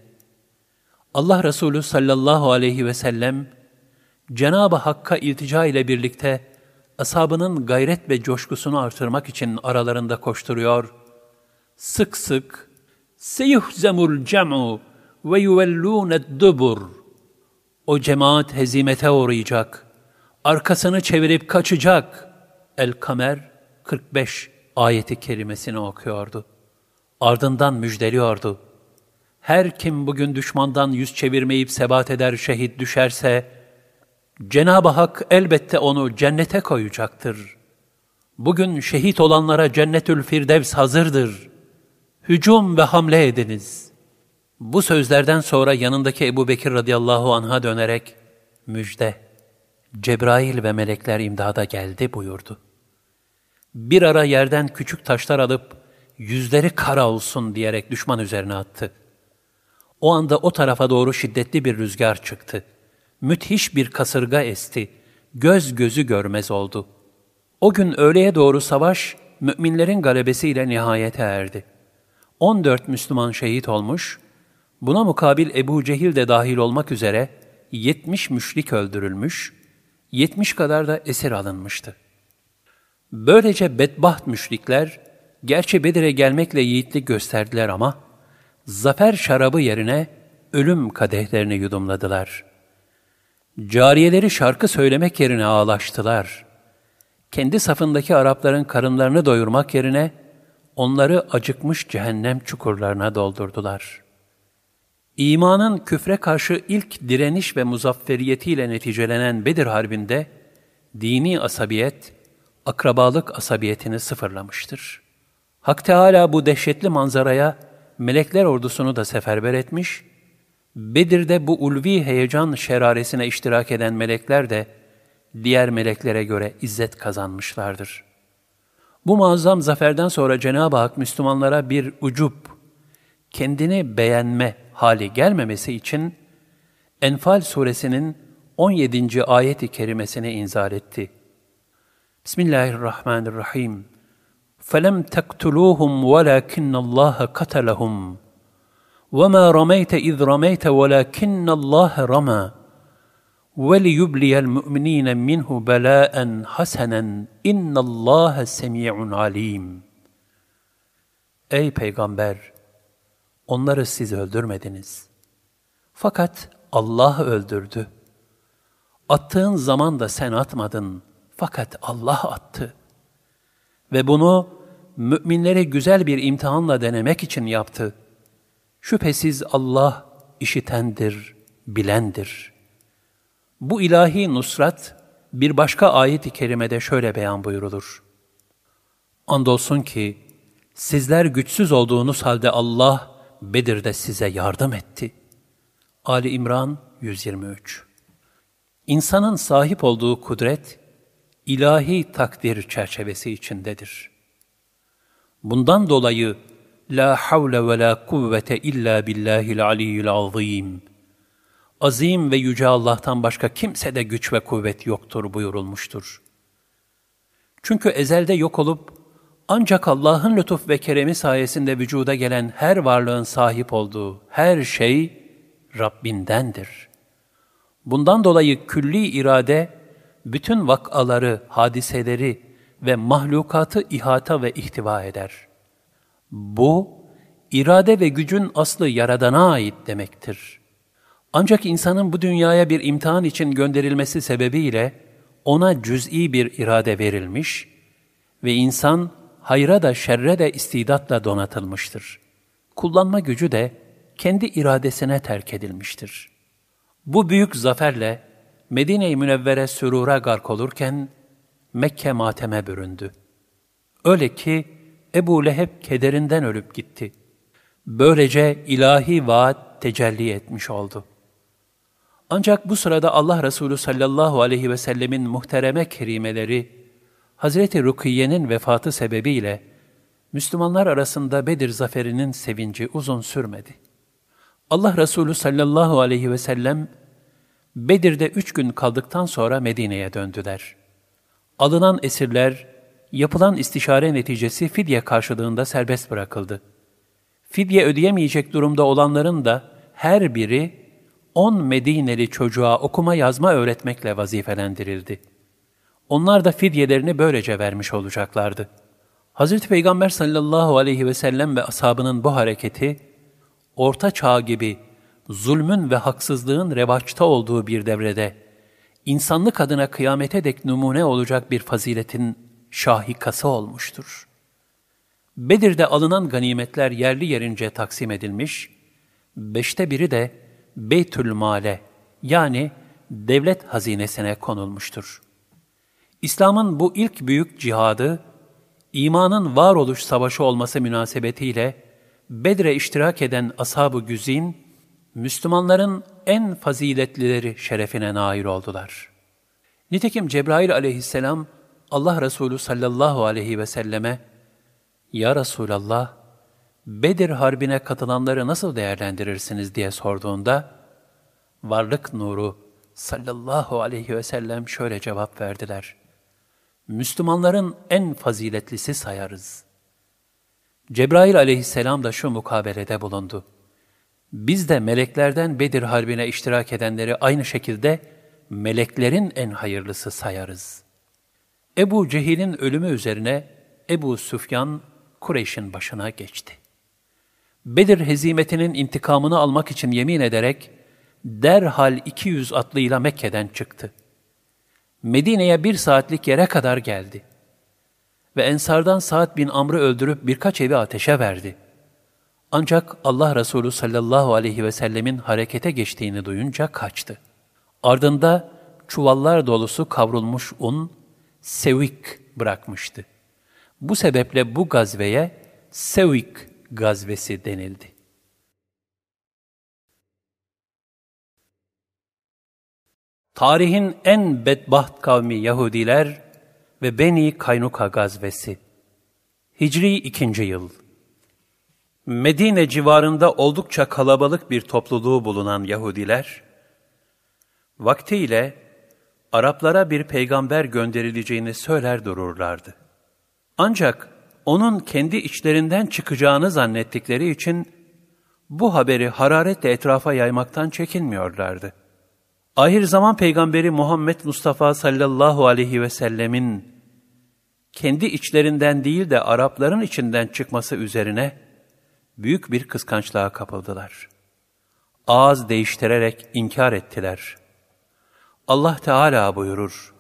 Allah Resulü sallallahu aleyhi ve sellem Cenab-ı Hakk'a iltica ile birlikte ashabının gayret ve coşkusunu artırmak için aralarında koşturuyor. Sık sık seyuhzemul cem'u ve yuvellûne'd-dubur. O cemaat hezimete uğrayacak. Arkasını çevirip kaçacak. El-Kamer 45 ayeti kerimesini okuyordu. Ardından müjdeliyordu. Her kim bugün düşmandan yüz çevirmeyip sebat eder şehit düşerse, Cenab-ı Hak elbette onu cennete koyacaktır. Bugün şehit olanlara Cennetül Firdevs hazırdır. Hücum ve hamle ediniz. Bu sözlerden sonra yanındaki Ebu Bekir radıyallahu anh'a dönerek, müjde, Cebrail ve melekler imdada geldi buyurdu. Bir ara yerden küçük taşlar alıp, yüzleri kara olsun diyerek düşman üzerine attı. O anda o tarafa doğru şiddetli bir rüzgar çıktı. Müthiş bir kasırga esti. Göz gözü görmez oldu. O gün öğleye doğru savaş, müminlerin galebesiyle nihayete erdi. 14 Müslüman şehit olmuş, buna mukabil Ebu Cehil de dahil olmak üzere 70 müşrik öldürülmüş, 70 kadar da esir alınmıştı. Böylece bedbaht müşrikler, gerçi Bedir'e gelmekle yiğitlik gösterdiler ama, zafer şarabı yerine ölüm kadehlerini yudumladılar. Cariyeleri şarkı söylemek yerine ağlaştılar. Kendi safındaki Arapların karınlarını doyurmak yerine, onları acıkmış cehennem çukurlarına doldurdular. İmanın küfre karşı ilk direniş ve muzafferiyetiyle neticelenen Bedir Harbi'nde, dini asabiyet, akrabalık asabiyetini sıfırlamıştır. Hak Teâlâ bu dehşetli manzaraya melekler ordusunu da seferber etmiş, Bedir'de bu ulvi heyecan şeraresine iştirak eden melekler de diğer meleklere göre izzet kazanmışlardır. Bu muazzam zaferden sonra Cenab-ı Hak Müslümanlara bir ucub, kendini beğenme hali gelmemesi için Enfal suresinin 17. ayet-i kerimesini inzal etti. Bismillahirrahmanirrahim. فَلَمْ تَقْتُلُوهُمْ وَلَكِنَّ اللّٰهَ قَتَلَهُمْ وَمَا رَمَيْتَ إِذْ رَمَيْتَ وَلَكِنَّ اللّٰهَ رَمَى وَلِيُبْلِيَ الْمُؤْمِنِينَ مِنْهُ بَلَاءً حَسَنًا اِنَّ اللّٰهَ سَمِيعٌ عَلِيمٌ. Ey Peygamber! Onları siz öldürmediniz. Fakat Allah öldürdü. Attığın zaman da sen atmadın. Fakat Allah attı. Ve bunu müminleri güzel bir imtihanla denemek için yaptı. Şüphesiz Allah işitendir, bilendir. Bu ilahi nusrat bir başka ayet-i kerimede şöyle beyan buyurulur. Andolsun ki sizler güçsüz olduğunuz halde Allah Bedir'de size yardım etti. Ali İmran 123. İnsanın sahip olduğu kudret, ilahi takdir çerçevesi içindedir. Bundan dolayı la havle ve la kuvvete illa billahil aliyyil azim. Azim ve yüce Allah'tan başka kimsede güç ve kuvvet yoktur buyurulmuştur. Çünkü ezelde yok olup ancak Allah'ın lütuf ve keremi sayesinde vücuda gelen her varlığın sahip olduğu her şey Rabbindendir. Bundan dolayı külli irade bütün vakaları, hadiseleri ve mahlukatı ihata ve ihtiva eder. Bu, irade ve gücün aslı Yaradan'a ait demektir. Ancak insanın bu dünyaya bir imtihan için gönderilmesi sebebiyle ona cüz'i bir irade verilmiş ve insan hayra da şerre de istidatla donatılmıştır. Kullanma gücü de kendi iradesine terk edilmiştir. Bu büyük zaferle Medine-i Münevvere sürura gark olurken Mekke mateme büründü. Öyle ki Ebu Leheb kederinden ölüp gitti. Böylece ilahi vaat tecelli etmiş oldu. Ancak bu sırada Allah Resulü sallallahu aleyhi ve sellemin muhtereme kerimeleri, Hazreti Rukiye'nin vefatı sebebiyle Müslümanlar arasında Bedir zaferinin sevinci uzun sürmedi. Allah Resulü sallallahu aleyhi ve sellem Bedir'de 3 gün kaldıktan sonra Medine'ye döndüler. Alınan esirler, yapılan istişare neticesi fidye karşılığında serbest bırakıldı. Fidye ödeyemeyecek durumda olanların da her biri 10 Medineli çocuğa okuma yazma öğretmekle vazifelendirildi. Onlar da fidyelerini böylece vermiş olacaklardı. Hazreti Peygamber sallallahu aleyhi ve sellem ve ashabının bu hareketi, Orta Çağ gibi zulmün ve haksızlığın revaçta olduğu bir devrede, insanlık adına kıyamete dek numune olacak bir faziletin şahikası olmuştur. Bedir'de alınan ganimetler yerli yerince taksim edilmiş, 5'te biri de Beytülmale yani devlet hazinesine konulmuştur. İslam'ın bu ilk büyük cihadı, imanın varoluş savaşı olması münasebetiyle Bedir'e iştirak eden Ashab-ı Güzin, Müslümanların en faziletlileri şerefine nail oldular. Nitekim Cebrail aleyhisselam, Allah Resulü sallallahu aleyhi ve selleme, "Ya Resulallah, Bedir Harbi'ne katılanları nasıl değerlendirirsiniz?" diye sorduğunda, varlık nuru sallallahu aleyhi ve sellem şöyle cevap verdiler: "Müslümanların en faziletlisi sayarız." Cebrail aleyhisselam da şu mukabelede bulundu: "Biz de meleklerden Bedir Harbi'ne iştirak edenleri aynı şekilde meleklerin en hayırlısı sayarız." Ebu Cehil'in ölümü üzerine Ebu Süfyan, Kureyş'in başına geçti. Bedir hezimetinin intikamını almak için yemin ederek derhal 200 atlıyla Mekke'den çıktı. Medine'ye 1 saatlik yere kadar geldi. Ve Ensardan Sa'd bin Amr'ı öldürüp birkaç evi ateşe verdi. Ancak Allah Resulü sallallahu aleyhi ve sellemin harekete geçtiğini duyunca kaçtı. Ardında çuvallar dolusu kavrulmuş un, sevik bırakmıştı. Bu sebeple bu gazveye Sevik gazvesi denildi. Tarihin en bedbaht kavmi Yahudiler ve Beni Kaynuka gazvesi. Hicri 2. yıl. Medine civarında oldukça kalabalık bir topluluğu bulunan Yahudiler, vaktiyle Araplara bir peygamber gönderileceğini söyler dururlardı. Ancak onun kendi içlerinden çıkacağını zannettikleri için bu haberi hararetle etrafa yaymaktan çekinmiyorlardı. Ahirzaman peygamberi Muhammed Mustafa sallallahu aleyhi ve sellemin kendi içlerinden değil de Arapların içinden çıkması üzerine büyük bir kıskançlığa kapıldılar. Ağız değiştirerek inkar ettiler. Allah Teala buyurur: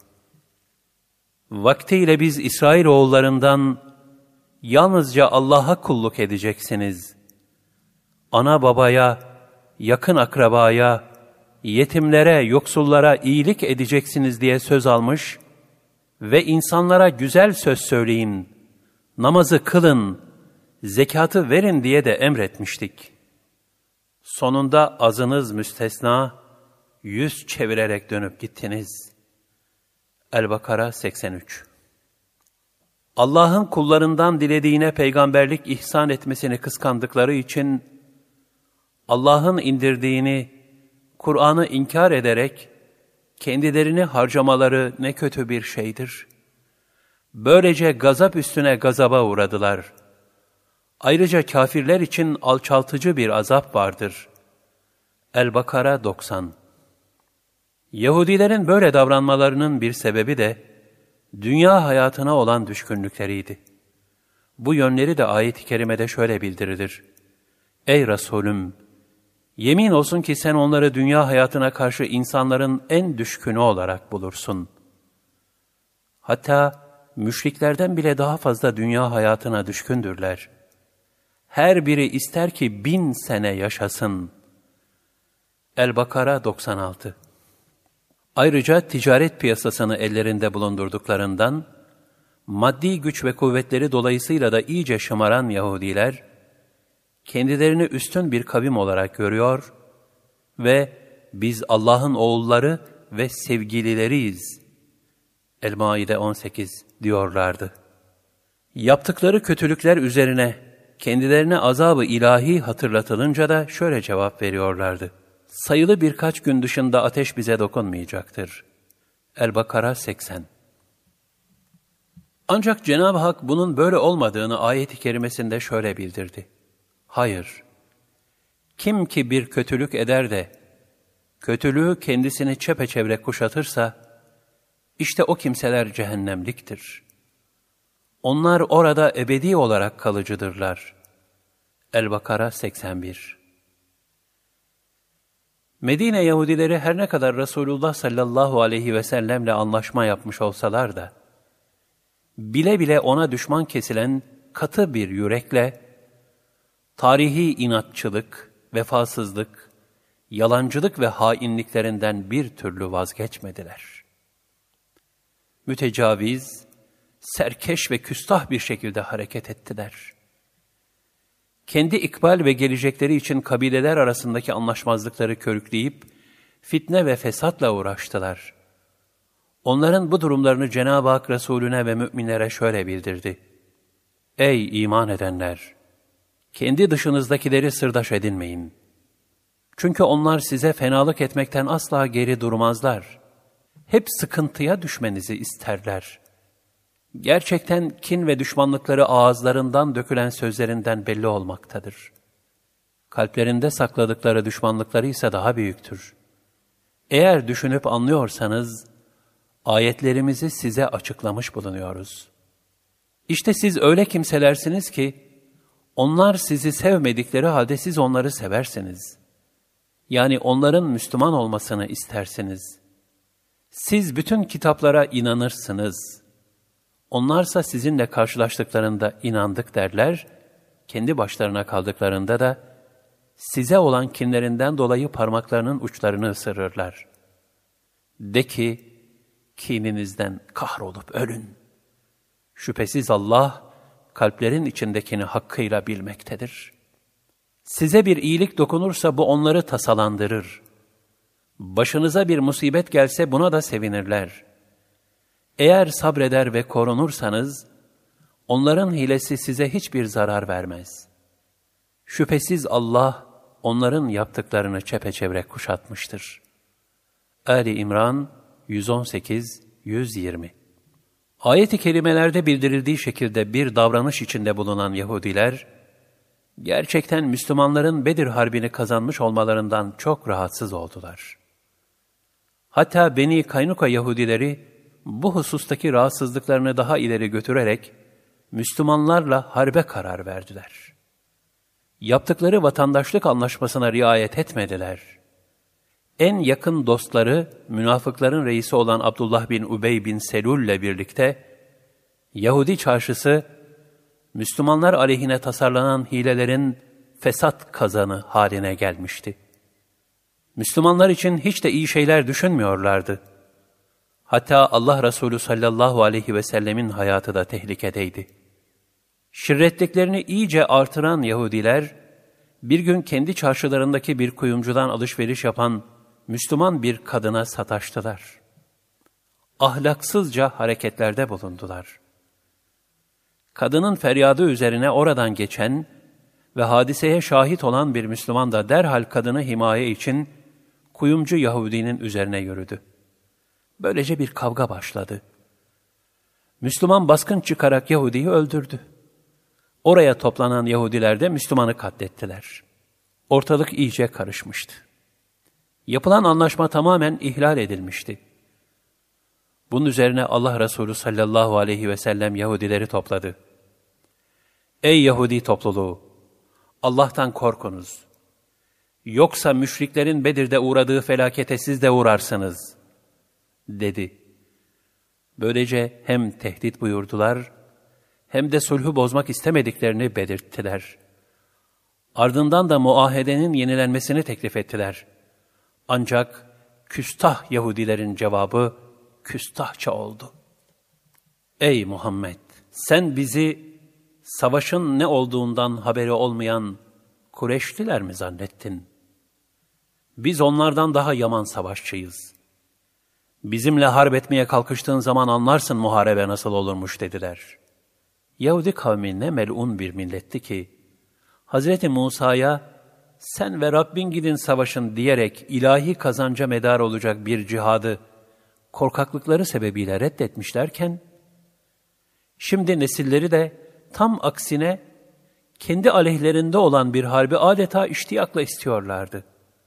"Vaktiyle biz İsrailoğullarından yalnızca Allah'a kulluk edeceksiniz. Ana babaya, yakın akrabaya, yetimlere, yoksullara iyilik edeceksiniz" diye söz almış ve insanlara güzel söz söyleyin, namazı kılın, zekatı verin diye de emretmiştik. Sonunda azınız müstesna, yüz çevirerek dönüp gittiniz. El-Bakara 83. Allah'ın kullarından dilediğine peygamberlik ihsan etmesini kıskandıkları için, Allah'ın indirdiğini, Kur'an'ı inkar ederek, kendilerini harcamaları ne kötü bir şeydir. Böylece gazap üstüne gazaba uğradılar. Ayrıca kafirler için alçaltıcı bir azap vardır. El-Bakara 90. Yahudilerin böyle davranmalarının bir sebebi de dünya hayatına olan düşkünlükleriydi. Bu yönleri de ayet-i kerimede şöyle bildirilir: "Ey Resulüm, yemin olsun ki sen onları dünya hayatına karşı insanların en düşkünü olarak bulursun." Hatta müşriklerden bile daha fazla dünya hayatına düşkündürler. Her biri ister ki 1000 sene yaşasın. El-Bakara 96. Ayrıca ticaret piyasasını ellerinde bulundurduklarından, maddi güç ve kuvvetleri dolayısıyla da iyice şımaran Yahudiler, kendilerini üstün bir kavim olarak görüyor ve "Biz Allah'ın oğulları ve sevgilileriyiz" El-Maide 18 diyorlardı. Yaptıkları kötülükler üzerine kendilerine azab-ı ilahi hatırlatılınca da şöyle cevap veriyorlardı: "Sayılı birkaç gün dışında ateş bize dokunmayacaktır." El-Bakara 80. Ancak Cenab-ı Hak bunun böyle olmadığını ayet-i kerimesinde şöyle bildirdi: "Hayır, kim ki bir kötülük eder de kötülüğü kendisini çepeçevre kuşatırsa, işte o kimseler cehennemliktir. Onlar orada ebedi olarak kalıcıdırlar." El-Bakara 81. Medine Yahudileri her ne kadar Resulullah sallallahu aleyhi ve sellemle anlaşma yapmış olsalar da, bile bile ona düşman kesilen katı bir yürekle, tarihi inatçılık, vefasızlık, yalancılık ve hainliklerinden bir türlü vazgeçmediler. Mütecaviz, serkeş ve küstah bir şekilde hareket ettiler. kendi ikbal ve gelecekleri için kabileler arasındaki anlaşmazlıkları körükleyip, fitne ve fesatla uğraştılar. Onların bu durumlarını Cenab-ı Hak Resulüne ve müminlere şöyle bildirdi. Ey iman edenler! Kendi dışınızdakileri sırdaş edinmeyin. Çünkü onlar size fenalık etmekten asla geri durmazlar. Hep sıkıntıya düşmenizi isterler. Gerçekten kin ve düşmanlıkları ağızlarından dökülen sözlerinden belli olmaktadır. Kalplerinde sakladıkları düşmanlıkları ise daha büyüktür. Eğer düşünüp anlıyorsanız, ayetlerimizi size açıklamış bulunuyoruz. İşte siz öyle kimselersiniz ki, onlar sizi sevmedikleri halde siz onları seversiniz. Yani onların Müslüman olmasını istersiniz. Siz bütün kitaplara inanırsınız. Onlarsa sizinle karşılaştıklarında inandık derler, kendi başlarına kaldıklarında da size olan kinlerinden dolayı parmaklarının uçlarını ısırırlar. De ki, kininizden kahrolup ölün. Şüphesiz Allah, kalplerin içindekini hakkıyla bilmektedir. Size bir iyilik dokunursa bu onları tasalandırır. Başınıza bir musibet gelse buna da sevinirler. Eğer sabreder ve korunursanız, onların hilesi size hiçbir zarar vermez. Şüphesiz Allah, onların yaptıklarını çepeçevre kuşatmıştır. Ali İmran 118-120. Ayet-i kerimelerde bildirildiği şekilde bir davranış içinde bulunan Yahudiler, gerçekten Müslümanların Bedir Harbi'ni kazanmış olmalarından çok rahatsız oldular. Hatta Beni Kaynuka Yahudileri bu husustaki rahatsızlıklarını daha ileri götürerek Müslümanlarla harbe karar verdiler. Yaptıkları vatandaşlık anlaşmasına riayet etmediler. En yakın dostları, münafıkların reisi olan Abdullah bin Ubey bin Selul ile birlikte, Yahudi çarşısı, Müslümanlar aleyhine tasarlanan hilelerin fesat kazanı haline gelmişti. Müslümanlar için hiç de iyi şeyler düşünmüyorlardı. Hatta Allah Resulü sallallahu aleyhi ve sellemin hayatı da tehlikedeydi. Şirretliklerini iyice artıran Yahudiler, bir gün kendi çarşılarındaki bir kuyumcudan alışveriş yapan Müslüman bir kadına sataştılar. Ahlaksızca hareketlerde bulundular. Kadının feryadı üzerine oradan geçen ve hadiseye şahit olan bir Müslüman da derhal kadını himaye için kuyumcu Yahudinin üzerine yürüdü. Böylece bir kavga başladı. Müslüman baskın çıkarak Yahudi'yi öldürdü. Oraya toplanan Yahudiler de Müslümanı katlettiler. Ortalık iyice karışmıştı. Yapılan anlaşma tamamen ihlal edilmişti. Bunun üzerine Allah Resulü sallallahu aleyhi ve sellem Yahudileri topladı. Ey Yahudi topluluğu! Allah'tan korkunuz. Yoksa müşriklerin Bedir'de uğradığı felakete siz de uğrarsınız, dedi. Böylece hem tehdit buyurdular, hem de sulhü bozmak istemediklerini belirttiler. Ardından da muahedenin yenilenmesini teklif ettiler. Ancak küstah Yahudilerin cevabı küstahça oldu. Ey Muhammed! Sen bizi savaşın ne olduğundan haberi olmayan Kureyşliler mi zannettin? Biz onlardan daha yaman savaşçıyız. Bizimle harp etmeye kalkıştığın zaman anlarsın muharebe nasıl olurmuş dediler. Yahudi kavmi ne melun bir milletti ki, Hazreti Musa'ya sen ve Rabbin gidin savaşın diyerek ilahi kazanca medar olacak bir cihadı korkaklıkları sebebiyle reddetmişlerken, şimdi nesilleri de tam aksine kendi aleyhlerinde olan bir harbi adeta iştiyakla istiyorlardı.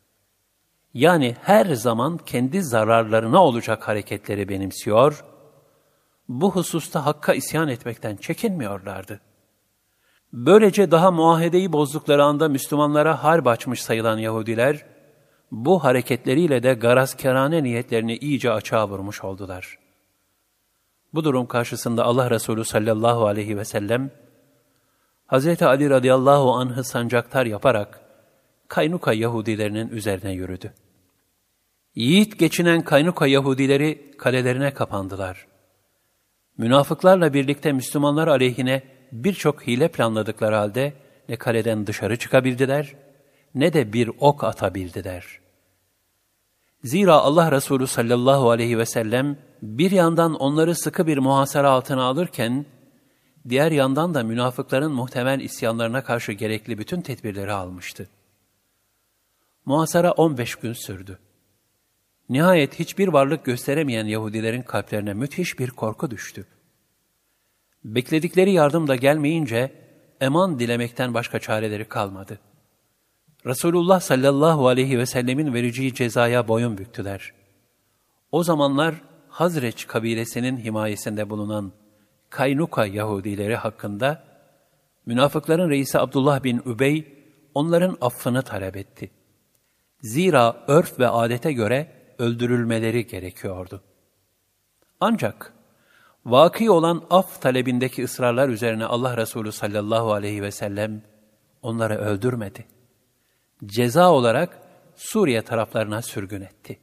Yani her zaman kendi zararlarına olacak hareketleri benimsiyor, bu hususta Hakk'a isyan etmekten çekinmiyorlardı. Böylece daha muahedeyi bozdukları anda Müslümanlara harp açmış sayılan Yahudiler, bu hareketleriyle de garazkârane niyetlerini iyice açığa vurmuş oldular. Bu durum karşısında Allah Resulü sallallahu aleyhi ve sellem, Hazreti Ali radıyallahu anh'ı sancaktar yaparak Kaynuka Yahudilerinin üzerine yürüdü. Yiğit geçinen Kaynuka Yahudileri kalelerine kapandılar. Münafıklarla birlikte Müslümanlar aleyhine birçok hile planladıkları halde ne kaleden dışarı çıkabildiler, ne de bir ok atabildiler. Zira Allah Resulü sallallahu aleyhi ve sellem bir yandan onları sıkı bir muhasara altına alırken, diğer yandan da münafıkların muhtemel isyanlarına karşı gerekli bütün tedbirleri almıştı. Muhasara 15 gün sürdü. Nihayet hiçbir varlık gösteremeyen Yahudilerin kalplerine müthiş bir korku düştü. Bekledikleri yardım da gelmeyince eman dilemekten başka çareleri kalmadı. Resulullah sallallahu aleyhi ve sellemin vereceği cezaya boyun büktüler. O zamanlar Hazreç kabilesinin himayesinde bulunan Kaynuka Yahudileri hakkında münafıkların reisi Abdullah bin Übey onların affını talep etti. Zira örf ve adete göre öldürülmeleri gerekiyordu. Ancak vaki olan af talebindeki ısrarlar üzerine Allah Resulü sallallahu aleyhi ve sellem onları öldürmedi. Ceza olarak Suriye taraflarına sürgün etti.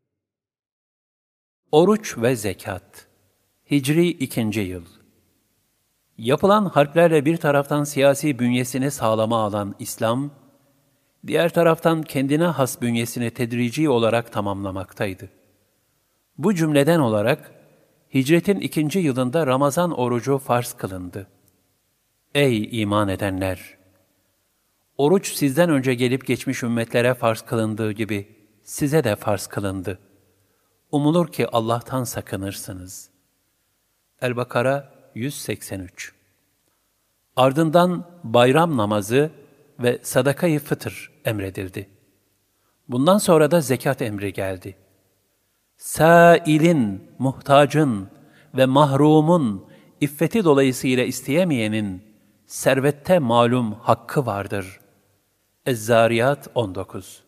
Oruç ve zekat. Hicri 2. yıl. Yapılan harplerle bir taraftan siyasi bünyesini sağlama alan İslam, diğer taraftan kendine has bünyesini tedrici olarak tamamlamaktaydı. Bu cümleden olarak hicretin 2. yılında Ramazan orucu farz kılındı. Ey iman edenler! Oruç sizden önce gelip geçmiş ümmetlere farz kılındığı gibi size de farz kılındı. Umulur ki Allah'tan sakınırsınız. El-Bakara 183. Ardından bayram namazı ve sadaka-i fıtır emredildi. Bundan sonra da zekat emri geldi. Sâilin, muhtacın ve mahrumun, iffeti dolayısıyla isteyemeyenin, servette malum hakkı vardır. Ez-Zariyat 19.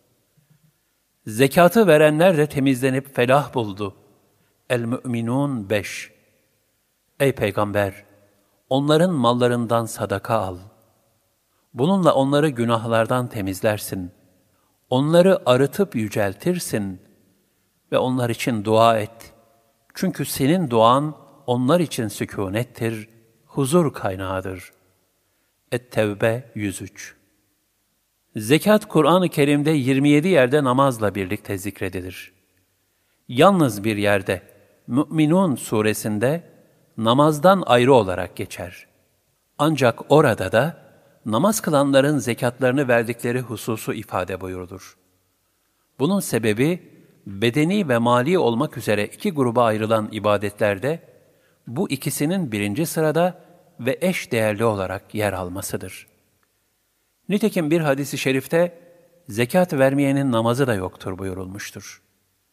Zekatı verenler de temizlenip felah buldu. El-Mü'minun 5. Ey Peygamber! Onların mallarından sadaka al. Bununla onları günahlardan temizlersin. Onları arıtıp yüceltirsin ve onlar için dua et. Çünkü senin duan onlar için sükûnettir, huzur kaynağıdır. Et-Tevbe 103. Zekat, Kur'an-ı Kerim'de 27 yerde namazla birlikte zikredilir. Yalnız bir yerde, Mü'minun suresinde namazdan ayrı olarak geçer. Ancak orada da namaz kılanların zekatlarını verdikleri hususu ifade buyurulur. Bunun sebebi, bedeni ve mali olmak üzere iki gruba ayrılan ibadetlerde, bu ikisinin birinci sırada ve eş değerli olarak yer almasıdır. Nitekim bir hadis-i şerifte, zekat vermeyenin namazı da yoktur buyurulmuştur.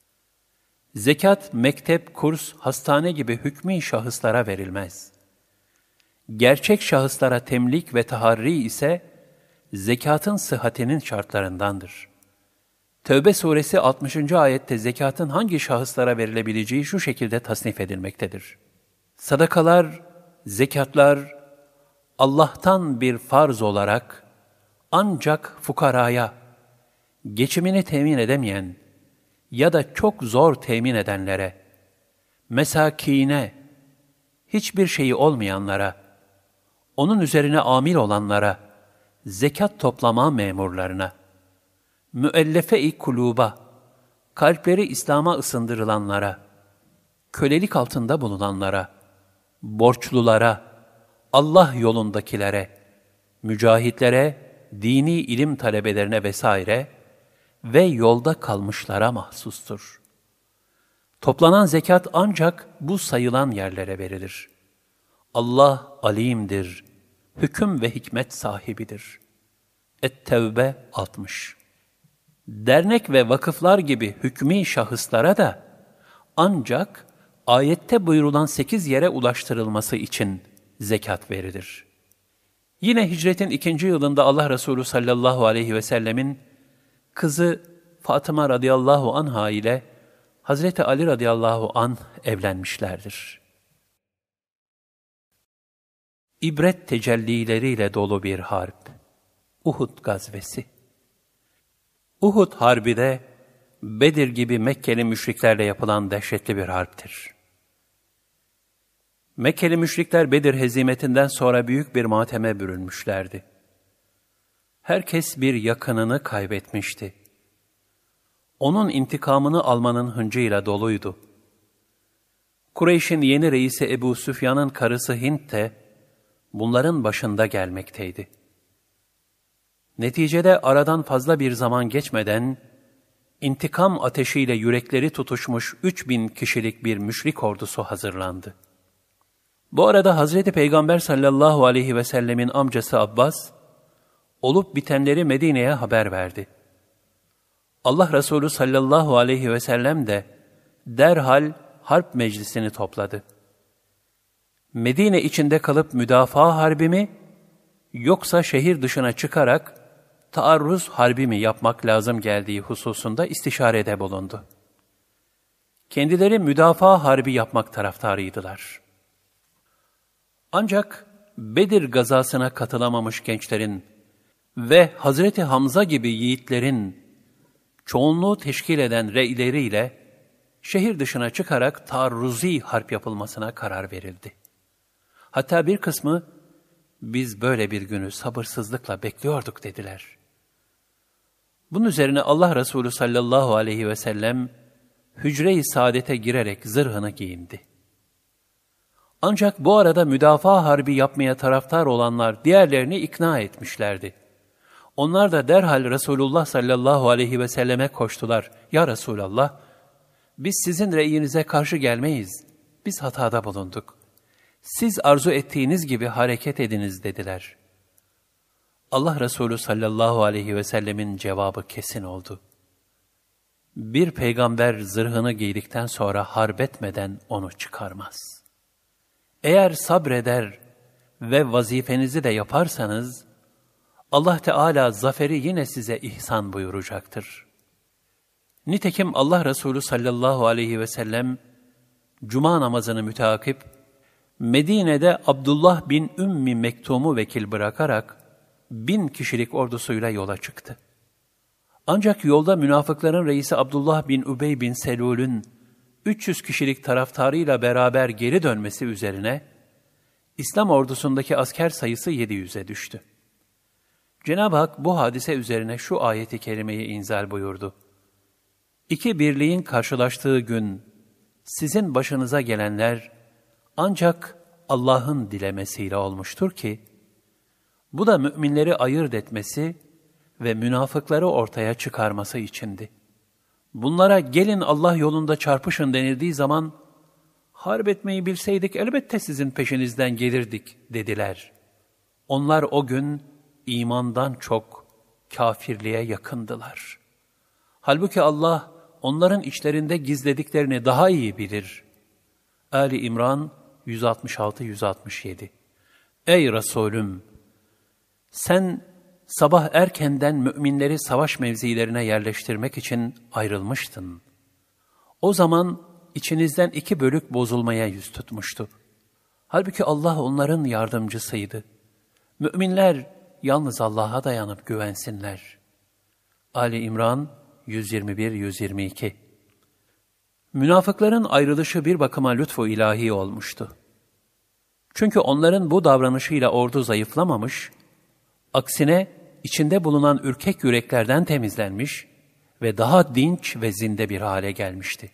Zekat, mektep, kurs, hastane gibi hükmî şahıslara verilmez. Gerçek şahıslara temlik ve taharri ise, zekatın sıhhatinin şartlarındandır. Tevbe suresi 60. ayette zekatın hangi şahıslara verilebileceği şu şekilde tasnif edilmektedir. Sadakalar, zekatlar, Allah'tan bir farz olarak, ancak fukaraya, geçimini temin edemeyen ya da çok zor temin edenlere, mesakine, hiçbir şeyi olmayanlara, onun üzerine amil olanlara, zekat toplama memurlarına, müellefe-i kuluba, kalpleri İslam'a ısındırılanlara, kölelik altında bulunanlara, borçlulara, Allah yolundakilere, mücahitlere, dini ilim talebelerine vesaire ve yolda kalmışlara mahsustur. Toplanan zekat ancak bu sayılan yerlere verilir. Allah alimdir, hüküm ve hikmet sahibidir. Et-Tevbe 60. Dernek ve vakıflar gibi hükmî şahıslara da ancak ayette buyurulan 8 yere ulaştırılması için zekat verilir. Yine hicretin 2. yılında Allah Resulü sallallahu aleyhi ve sellemin kızı Fatıma radıyallahu anha ile Hazreti Ali radıyallahu anh evlenmişlerdir. İbret tecellileriyle dolu bir harp. Uhud gazvesi. Uhud harbi de Bedir gibi Mekkeli müşriklerle yapılan dehşetli bir harptir. Mekkeli müşrikler Bedir hezimetinden sonra büyük bir mateme bürünmüşlerdi. Herkes bir yakınını kaybetmişti. Onun intikamını almanın hıncıyla doluydu. Kureyş'in yeni reisi Ebu Süfyan'ın karısı Hint de bunların başında gelmekteydi. Neticede aradan fazla bir zaman geçmeden, intikam ateşiyle yürekleri tutuşmuş 3000 kişilik bir müşrik ordusu hazırlandı. Bu arada Hazreti Peygamber sallallahu aleyhi ve sellemin amcası Abbas, olup bitenleri Medine'ye haber verdi. Allah Resulü sallallahu aleyhi ve sellem de derhal harp meclisini topladı. Medine içinde kalıp müdafaa harbi mi, yoksa şehir dışına çıkarak taarruz harbi mi yapmak lazım geldiği hususunda istişarede bulundu. Kendileri müdafaa harbi yapmak taraftarıydılar. Ancak Bedir gazasına katılamamış gençlerin ve Hazreti Hamza gibi yiğitlerin çoğunluğu teşkil eden reyleriyle şehir dışına çıkarak taarruzi harp yapılmasına karar verildi. Hatta bir kısmı, biz böyle bir günü sabırsızlıkla bekliyorduk dediler. Bunun üzerine Allah Resulü sallallahu aleyhi ve sellem hücre-i saadete girerek zırhını giyindi. Ancak bu arada müdafaa harbi yapmaya taraftar olanlar diğerlerini ikna etmişlerdi. Onlar da derhal Resulullah sallallahu aleyhi ve selleme koştular. Ya Resulallah, biz sizin reyinize karşı gelmeyiz. Biz hatada bulunduk. Siz arzu ettiğiniz gibi hareket ediniz dediler. Allah Resulü sallallahu aleyhi ve sellemin cevabı kesin oldu. Bir peygamber zırhını giydikten sonra harp etmeden onu çıkarmaz. Eğer sabreder ve vazifenizi de yaparsanız, Allah Teala zaferi yine size ihsan buyuracaktır. Nitekim Allah Resulü sallallahu aleyhi ve sellem, Cuma namazını müteakip, Medine'de Abdullah bin Ümmi Mektum'u vekil bırakarak 1000 kişilik ordusuyla yola çıktı. Ancak yolda münafıkların reisi Abdullah bin Übey bin Selul'ün 300 kişilik taraftarıyla beraber geri dönmesi üzerine, İslam ordusundaki asker sayısı 700'e düştü. Cenab-ı Hak bu hadise üzerine şu ayeti kerimeyi inzal buyurdu. İki birliğin karşılaştığı gün, sizin başınıza gelenler ancak Allah'ın dilemesiyle olmuştur ki, bu da müminleri ayırt etmesi ve münafıkları ortaya çıkarması içindi. Bunlara gelin Allah yolunda çarpışın denildiği zaman, harp etmeyi bilseydik elbette sizin peşinizden gelirdik dediler. Onlar o gün imandan çok kafirliğe yakındılar. Halbuki Allah onların içlerinde gizlediklerini daha iyi bilir. Ali İmran 166-167. Ey Resulüm! Sen sabah erkenden müminleri savaş mevzilerine yerleştirmek için ayrılmıştın. O zaman içinizden 2 bölük bozulmaya yüz tutmuştu. Halbuki Allah onların yardımcısıydı. Müminler yalnız Allah'a dayanıp güvensinler. Ali İmran 121-122. Münafıkların ayrılışı bir bakıma lütfu ilahi olmuştu. Çünkü onların bu davranışıyla ordu zayıflamamış, aksine içinde bulunan ürkek yüreklerden temizlenmiş ve daha dinç ve zinde bir hale gelmişti.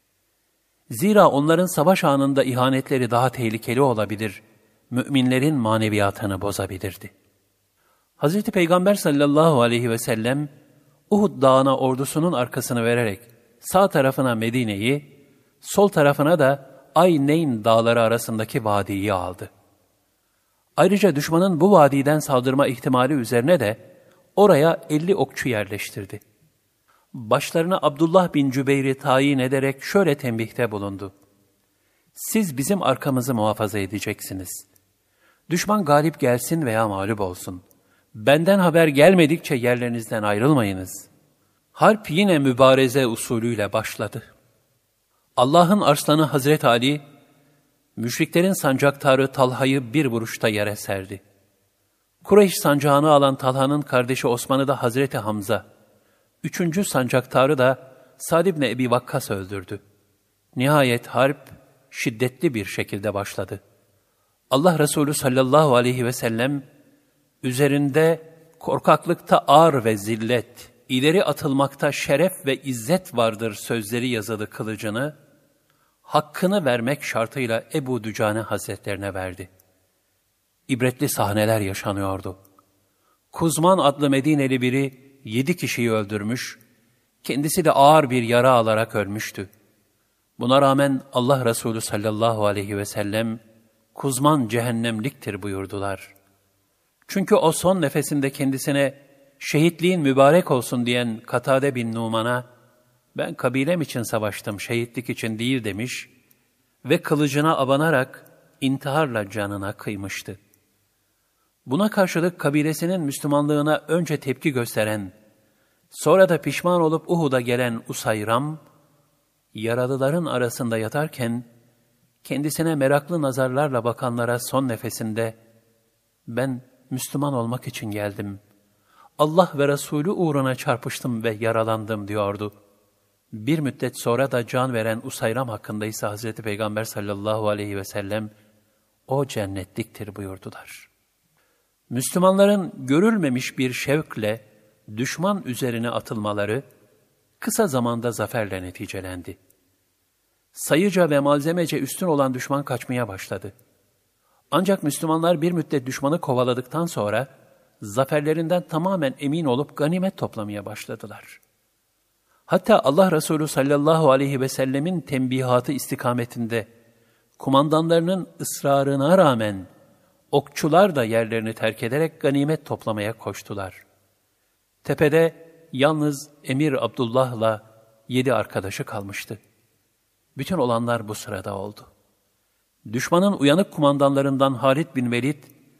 Zira onların savaş anında ihanetleri daha tehlikeli olabilir, müminlerin maneviyatını bozabilirdi. Hz. Peygamber sallallahu aleyhi ve sellem, Uhud dağına ordusunun arkasını vererek sağ tarafına Medine'yi, sol tarafına da Ayneyn dağları arasındaki vadiyi aldı. Ayrıca düşmanın bu vadiden saldırma ihtimali üzerine de oraya 50 okçu yerleştirdi. Başlarına Abdullah bin Cübeyr'i tayin ederek şöyle tembihte bulundu. Siz bizim arkamızı muhafaza edeceksiniz. Düşman galip gelsin veya mağlup olsun. Benden haber gelmedikçe yerlerinizden ayrılmayınız. Harp yine mübareze usulüyle başladı. Allah'ın arslanı Hazreti Ali, müşriklerin sancaktarı Talha'yı bir vuruşta yere serdi. Kureyş sancağını alan Talha'nın kardeşi Osman'ı da Hazreti Hamza, 3. sancaktarı da Sa'd ibn Ebi Vakkas öldürdü. Nihayet harp şiddetli bir şekilde başladı. Allah Resulü sallallahu aleyhi ve sellem üzerinde korkaklıkta ağır ve zillet, ileri atılmakta şeref ve izzet vardır sözleri yazılı kılıcını, hakkını vermek şartıyla Ebu Dücane Hazretlerine verdi. İbretli sahneler yaşanıyordu. Kuzman adlı Medineli biri 7 kişiyi öldürmüş, kendisi de ağır bir yara alarak ölmüştü. Buna rağmen Allah Resulü sallallahu aleyhi ve sellem, Kuzman cehennemliktir buyurdular. Çünkü o son nefesinde kendisine şehitliğin mübarek olsun diyen Katade bin Numan'a, ben kabilem için savaştım, şehitlik için değil demiş ve kılıcına abanarak intiharla canına kıymıştı. Buna karşılık kabilesinin Müslümanlığına önce tepki gösteren, sonra da pişman olup Uhud'a gelen Usayram, yaralıların arasında yatarken, kendisine meraklı nazarlarla bakanlara son nefesinde, ben Müslüman olmak için geldim, Allah ve Resulü uğruna çarpıştım ve yaralandım diyordu. Bir müddet sonra da can veren Usayram hakkında ise Hazreti Peygamber sallallahu aleyhi ve sellem, o cennetliktir buyurdular. Müslümanların görülmemiş bir şevkle düşman üzerine atılmaları, kısa zamanda zaferle neticelendi. Sayıca ve malzemece üstün olan düşman kaçmaya başladı. Ancak Müslümanlar bir müddet düşmanı kovaladıktan sonra, zaferlerinden tamamen emin olup ganimet toplamaya başladılar. Hatta Allah Resulü sallallahu aleyhi ve sellemin tembihatı istikametinde, kumandanlarının ısrarına rağmen, okçular da yerlerini terk ederek ganimet toplamaya koştular. Tepede yalnız Emir Abdullah'la 7 arkadaşı kalmıştı. Bütün olanlar bu sırada oldu. Düşmanın uyanık kumandanlarından Halid bin Velid,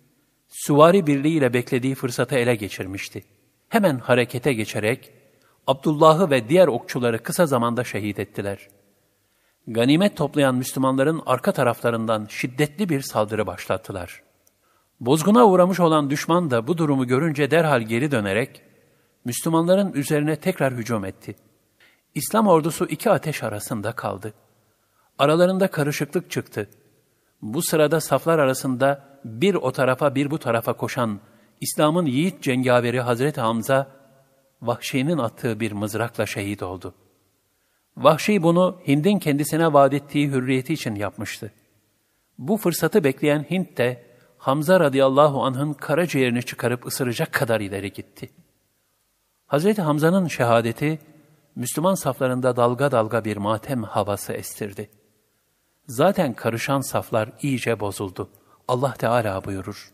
süvari birliğiyle beklediği fırsatı ele geçirmişti. Hemen harekete geçerek, Abdullah'ı ve diğer okçuları kısa zamanda şehit ettiler. Ganimet toplayan Müslümanların arka taraflarından şiddetli bir saldırı başlattılar. Bozguna uğramış olan düşman da bu durumu görünce derhal geri dönerek, Müslümanların üzerine tekrar hücum etti. İslam ordusu 2 ateş arasında kaldı. Aralarında karışıklık çıktı. Bu sırada saflar arasında bir o tarafa bir bu tarafa koşan İslam'ın yiğit cengaveri Hazreti Hamza, Vahşi'nin attığı bir mızrakla şehit oldu. Vahşi bunu Hind'in kendisine vaat ettiği hürriyeti için yapmıştı. Bu fırsatı bekleyen Hint de Hamza radıyallahu anh'ın karaciğerini çıkarıp ısıracak kadar ileri gitti. Hazreti Hamza'nın şehadeti, Müslüman saflarında dalga dalga bir matem havası estirdi. Zaten karışan saflar iyice bozuldu. Allah Teala buyurur: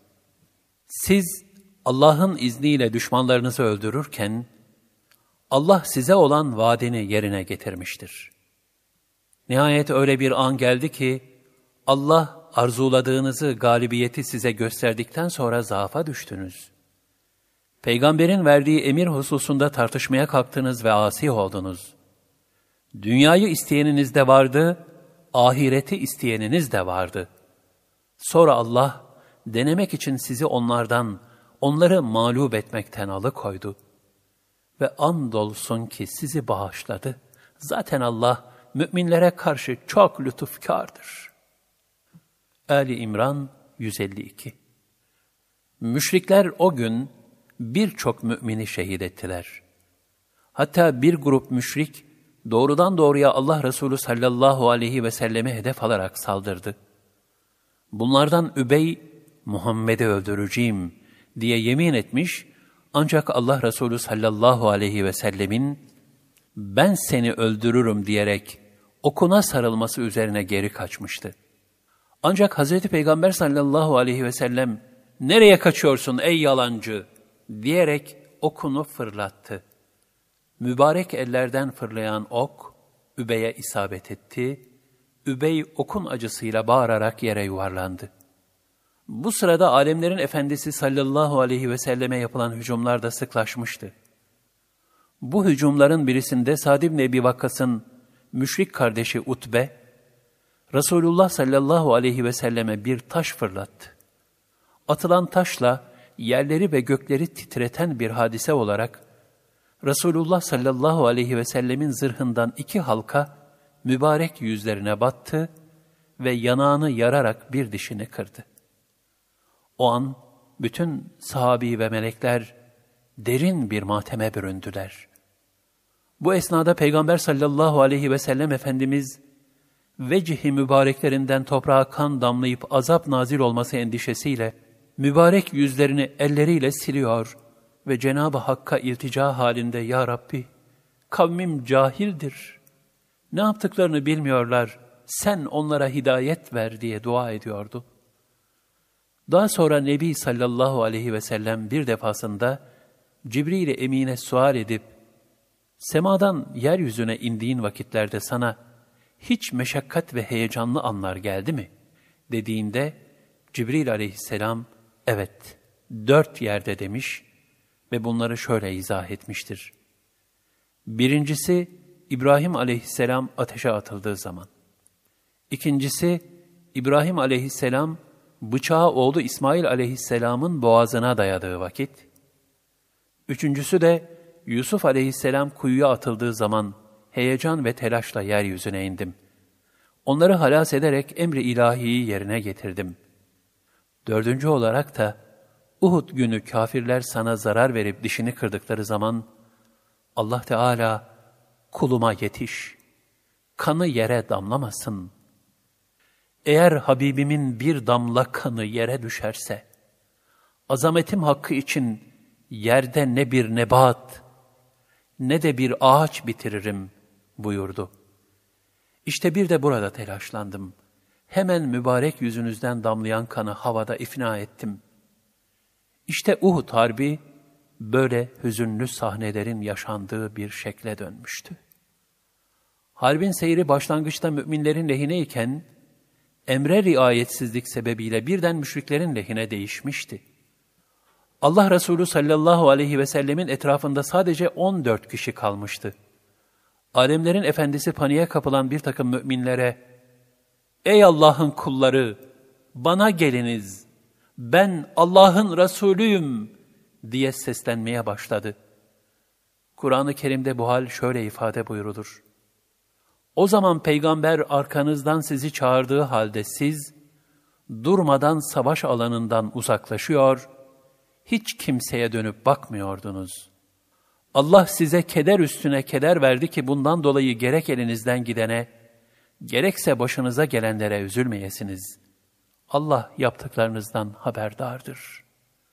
siz Allah'ın izniyle düşmanlarınızı öldürürken, Allah size olan vaadini yerine getirmiştir. Nihayet öyle bir an geldi ki, Allah arzuladığınızı, galibiyeti size gösterdikten sonra zaafa düştünüz. Peygamberin verdiği emir hususunda tartışmaya kalktınız ve asi oldunuz. Dünyayı isteyeniniz de vardı, ahireti isteyeniniz de vardı. Sonra Allah, denemek için sizi onları mağlup etmekten alıkoydu. Ve andolsun ki sizi bağışladı. Zaten Allah, müminlere karşı çok lütufkardır. Ali İmran 152. Müşrikler o gün birçok mümini şehit ettiler. Hatta bir grup müşrik, doğrudan doğruya Allah Resulü sallallahu aleyhi ve selleme hedef alarak saldırdı. Bunlardan Übey, Muhammed'i öldüreceğim diye yemin etmiş, ancak Allah Resulü sallallahu aleyhi ve sellemin, ben seni öldürürüm diyerek okuna sarılması üzerine geri kaçmıştı. Ancak Hazreti Peygamber sallallahu aleyhi ve sellem, nereye kaçıyorsun ey yalancı diyerek okunu fırlattı. Mübarek ellerden fırlayan ok, Übey'e isabet etti. Übey okun acısıyla bağırarak yere yuvarlandı. Bu sırada alemlerin efendisi sallallahu aleyhi ve selleme yapılan hücumlar da sıklaşmıştı. Bu hücumların birisinde Sa'd ibn Ebi Vakkas'ın müşrik kardeşi Utbe, Resulullah sallallahu aleyhi ve selleme bir taş fırlattı. Atılan taşla yerleri ve gökleri titreten bir hadise olarak, Resulullah sallallahu aleyhi ve sellemin zırhından 2 halka mübarek yüzlerine battı ve yanağını yararak bir dişini kırdı. O an bütün sahabi ve melekler derin bir mateme büründüler. Bu esnada Peygamber sallallahu aleyhi ve sellem Efendimiz, vecihi mübareklerinden toprağa kan damlayıp azap nazil olması endişesiyle, mübarek yüzlerini elleriyle siliyor ve Cenab-ı Hakk'a iltica halinde, "Ya Rabbi, kavmim cahildir, ne yaptıklarını bilmiyorlar, sen onlara hidayet ver" diye dua ediyordu. Daha sonra Nebi sallallahu aleyhi ve sellem bir defasında Cibril-i Emin'e sual edip, "Semadan yeryüzüne indiğin vakitlerde sana hiç meşakkat ve heyecanlı anlar geldi mi?" dediğinde Cibril aleyhisselam, "Evet, 4 yerde" demiş ve bunları şöyle izah etmiştir. Birincisi, İbrahim aleyhisselam ateşe atıldığı zaman. İkincisi, İbrahim aleyhisselam bıçağı oğlu İsmail aleyhisselamın boğazına dayadığı vakit. Üçüncüsü de Yusuf aleyhisselam kuyuya atıldığı zaman heyecan ve telaşla yeryüzüne indim. Onları halas ederek emri ilahiyi yerine getirdim. Dördüncü olarak da Uhud günü kafirler sana zarar verip dişini kırdıkları zaman Allah Teala, "Kuluma yetiş, kanı yere damlamasın. Eğer Habibimin bir damla kanı yere düşerse, azametim hakkı için yerde ne bir nebat, ne de bir ağaç bitiririm" buyurdu. İşte bir de burada telaşlandım. Hemen mübarek yüzünüzden damlayan kanı havada ifna ettim. İşte Uhud Harbi, böyle hüzünlü sahnelerin yaşandığı bir şekle dönmüştü. Harbin seyri başlangıçta müminlerin lehineyken, emre riayetsizlik sebebiyle birden müşriklerin lehine değişmişti. Allah Resulü sallallahu aleyhi ve sellemin etrafında sadece 14 kişi kalmıştı. Alemlerin efendisi paniğe kapılan bir takım müminlere, "Ey Allah'ın kulları, bana geliniz, ben Allah'ın Resulüyüm" diye seslenmeye başladı. Kur'an-ı Kerim'de bu hal şöyle ifade buyurulur. O zaman peygamber arkanızdan sizi çağırdığı halde siz, durmadan savaş alanından uzaklaşıyor, hiç kimseye dönüp bakmıyordunuz. Allah size keder üstüne keder verdi ki bundan dolayı gerek elinizden gidene, gerekse başınıza gelenlere üzülmeyesiniz. Allah yaptıklarınızdan haberdardır.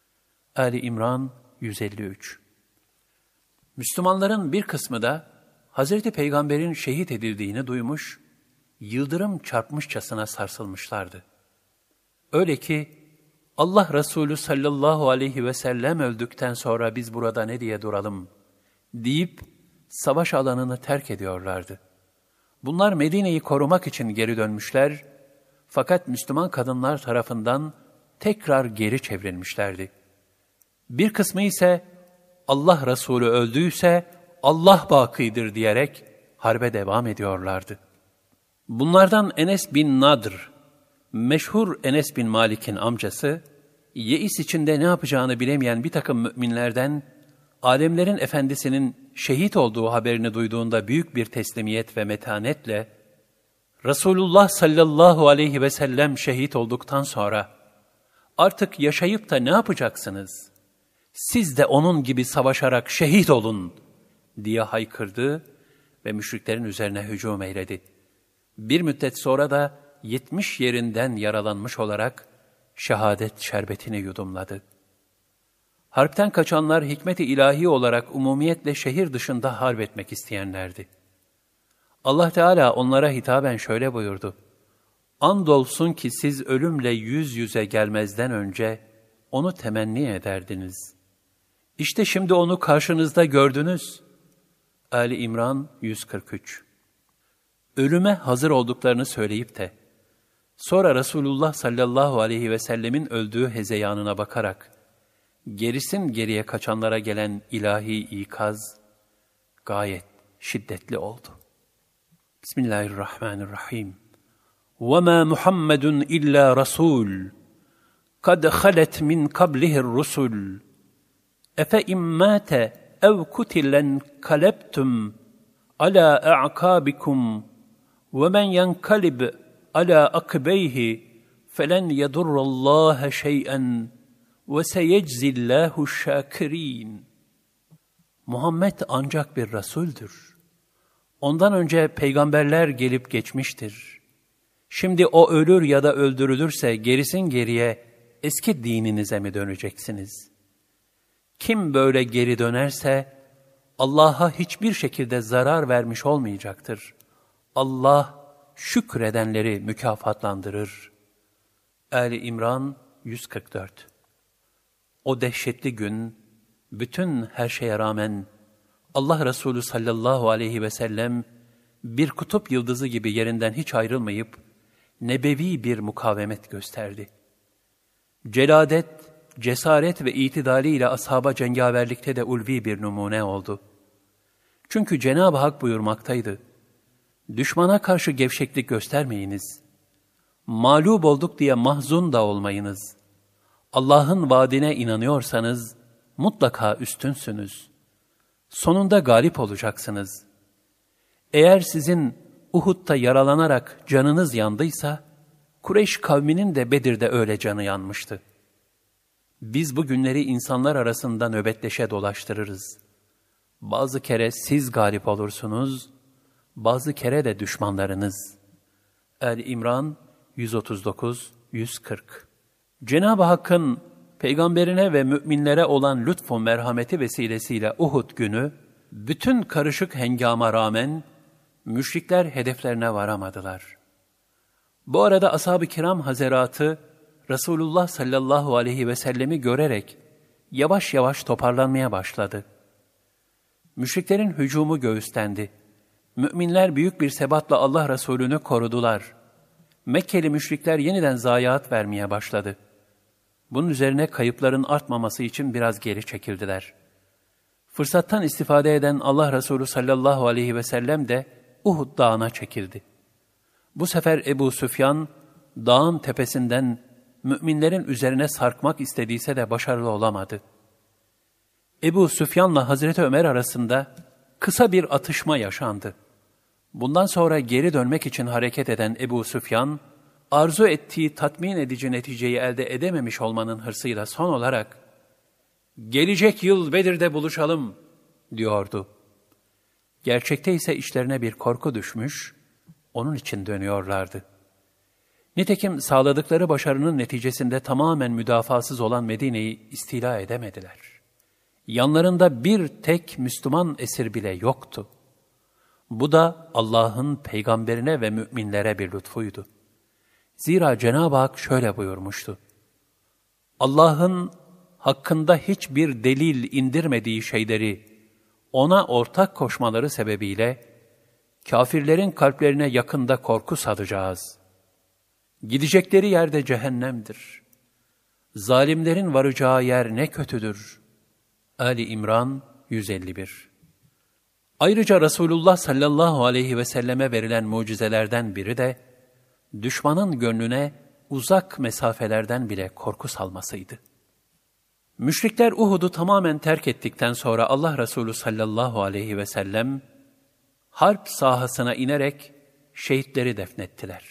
Ali İmran 153. Müslümanların bir kısmı da Hazreti Peygamber'in şehit edildiğini duymuş, yıldırım çarpmışçasına sarsılmışlardı. Öyle ki Allah Resulü sallallahu aleyhi ve sellem öldükten sonra biz burada ne diye duralım deyip savaş alanını terk ediyorlardı. Bunlar Medine'yi korumak için geri dönmüşler, fakat Müslüman kadınlar tarafından tekrar geri çevrilmişlerdi. Bir kısmı ise Allah Resulü öldüyse Allah bakidir diyerek harbe devam ediyorlardı. Bunlardan Enes bin Nadr, meşhur Enes bin Malik'in amcası, yeis içinde ne yapacağını bilemeyen bir takım müminlerden, alemlerin efendisinin şehit olduğu haberini duyduğunda büyük bir teslimiyet ve metanetle, Resulullah sallallahu aleyhi ve sellem şehit olduktan sonra, artık yaşayıp da ne yapacaksınız? Siz de onun gibi savaşarak şehit olun diye haykırdı ve müşriklerin üzerine hücum eyledi. Bir müddet sonra da 70 yerinden yaralanmış olarak şehadet şerbetini yudumladı. Harpten kaçanlar hikmet-i ilahi olarak umumiyetle şehir dışında harp etmek isteyenlerdi. Allah Teala onlara hitaben şöyle buyurdu: "Andolsun ki siz ölümle yüz yüze gelmezden önce onu temenni ederdiniz. İşte şimdi onu karşınızda gördünüz." Ali İmran 143. Ölüme hazır olduklarını söyleyip de, sonra Resulullah sallallahu aleyhi ve sellemin öldüğü hezeyanına bakarak, gerisin geriye kaçanlara gelen ilahi ikaz gayet şiddetli oldu. Bismillahirrahmanirrahim. وَمَا مُحَمَّدٌ إِلَّا رَسُولٌ قَدْ خَلَتْ مِنْ قَبْلِهِ الرُّسُلُ اَفَاِنْ مَاتَ اَوْ كُتِلًا قَلَبْتُمْ عَلَى اَعْقَابِكُمْ وَمَنْ يَنْقَلِبْ عَلَى أَقْبَيْهِ فَلَنْ يَضُرَّ اللّٰهَ شَيْئًا وَسَيَجْزِي اللّٰهُ الشَّاكِرِينَ. Muhammed ancak bir Resul'dür. Ondan önce peygamberler gelip geçmiştir. Şimdi o ölür ya da öldürülürse gerisin geriye eski dininize mi döneceksiniz? Kim böyle geri dönerse Allah'a hiçbir şekilde zarar vermiş olmayacaktır. Allah şükredenleri mükafatlandırır. Ali İmran 144. O dehşetli gün, bütün her şeye rağmen Allah Resulü sallallahu aleyhi ve sellem bir kutup yıldızı gibi yerinden hiç ayrılmayıp nebevi bir mukavemet gösterdi. Celadet, cesaret ve itidaliyle ashaba cengaverlikte de ulvi bir numune oldu. Çünkü Cenab-ı Hak buyurmaktaydı: düşmana karşı gevşeklik göstermeyiniz. Mağlup olduk diye mahzun da olmayınız. Allah'ın vaadine inanıyorsanız mutlaka üstünsünüz. Sonunda galip olacaksınız. Eğer sizin Uhud'da yaralanarak canınız yandıysa, Kureyş kavminin de Bedir'de öyle canı yanmıştı. Biz bu günleri insanlar arasında nöbetleşe dolaştırırız. Bazı kere siz galip olursunuz, bazı kere de düşmanlarınız. El-İmran 139-140. Cenab-ı Hakk'ın peygamberine ve müminlere olan lütfu merhameti vesilesiyle Uhud günü, bütün karışık hengama rağmen müşrikler hedeflerine varamadılar. Bu arada ashab-ı kiram hazeratı Resulullah sallallahu aleyhi ve sellemi görerek yavaş yavaş toparlanmaya başladı. Müşriklerin hücumu göğüslendi. Müminler büyük bir sebatla Allah Resulü'nü korudular. Mekkeli müşrikler yeniden zayiat vermeye başladı. Bunun üzerine kayıpların artmaması için biraz geri çekildiler. Fırsattan istifade eden Allah Resulü sallallahu aleyhi ve sellem de Uhud dağına çekildi. Bu sefer Ebu Süfyan dağın tepesinden müminlerin üzerine sarkmak istediyse de başarılı olamadı. Ebu Süfyan'la Hazreti Ömer arasında kısa bir atışma yaşandı. Bundan sonra geri dönmek için hareket eden Ebu Süfyan, arzu ettiği tatmin edici neticeyi elde edememiş olmanın hırsıyla son olarak, "Gelecek yıl Bedir'de buluşalım," diyordu. Gerçekte ise işlerine bir korku düşmüş, onun için dönüyorlardı. Nitekim sağladıkları başarının neticesinde tamamen müdafasız olan Medine'yi istila edemediler. Yanlarında bir tek Müslüman esir bile yoktu. Bu da Allah'ın peygamberine ve müminlere bir lütfuydu. Zira Cenab-ı Hak şöyle buyurmuştu: Allah'ın hakkında hiçbir delil indirmediği şeyleri ona ortak koşmaları sebebiyle kâfirlerin kalplerine yakında korku salacağız. Gidecekleri yerde cehennemdir. Zalimlerin varacağı yer ne kötüdür. Ali İmran 151. Ayrıca Resulullah sallallahu aleyhi ve selleme verilen mucizelerden biri de düşmanın gönlüne uzak mesafelerden bile korku salmasıydı. Müşrikler Uhud'u tamamen terk ettikten sonra Allah Resulü sallallahu aleyhi ve sellem harp sahasına inerek şehitleri defnettiler.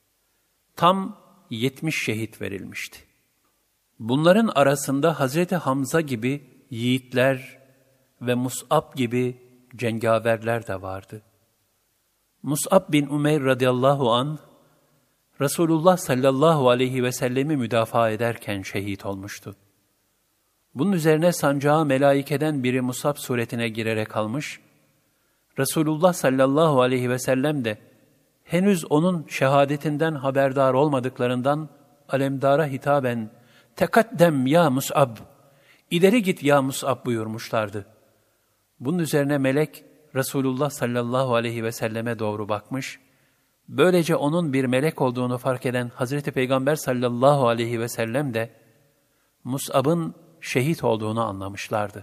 Tam 70 şehit verilmişti. Bunların arasında Hazreti Hamza gibi yiğitler ve Mus'ab gibi cengaverler de vardı. Mus'ab bin Umeyr radıyallahu anh, Resulullah sallallahu aleyhi ve sellemi müdafaa ederken şehit olmuştu. Bunun üzerine sancağı melaikeden biri Mus'ab suretine girerek almış, Resulullah sallallahu aleyhi ve sellem de henüz onun şehadetinden haberdar olmadıklarından alemdara hitaben "Tekaddem ya Mus'ab, ileri git ya Mus'ab" buyurmuşlardı. Bunun üzerine melek Resulullah sallallahu aleyhi ve selleme doğru bakmış, böylece onun bir melek olduğunu fark eden Hazreti Peygamber sallallahu aleyhi ve sellem de Mus'ab'ın şehit olduğunu anlamışlardı.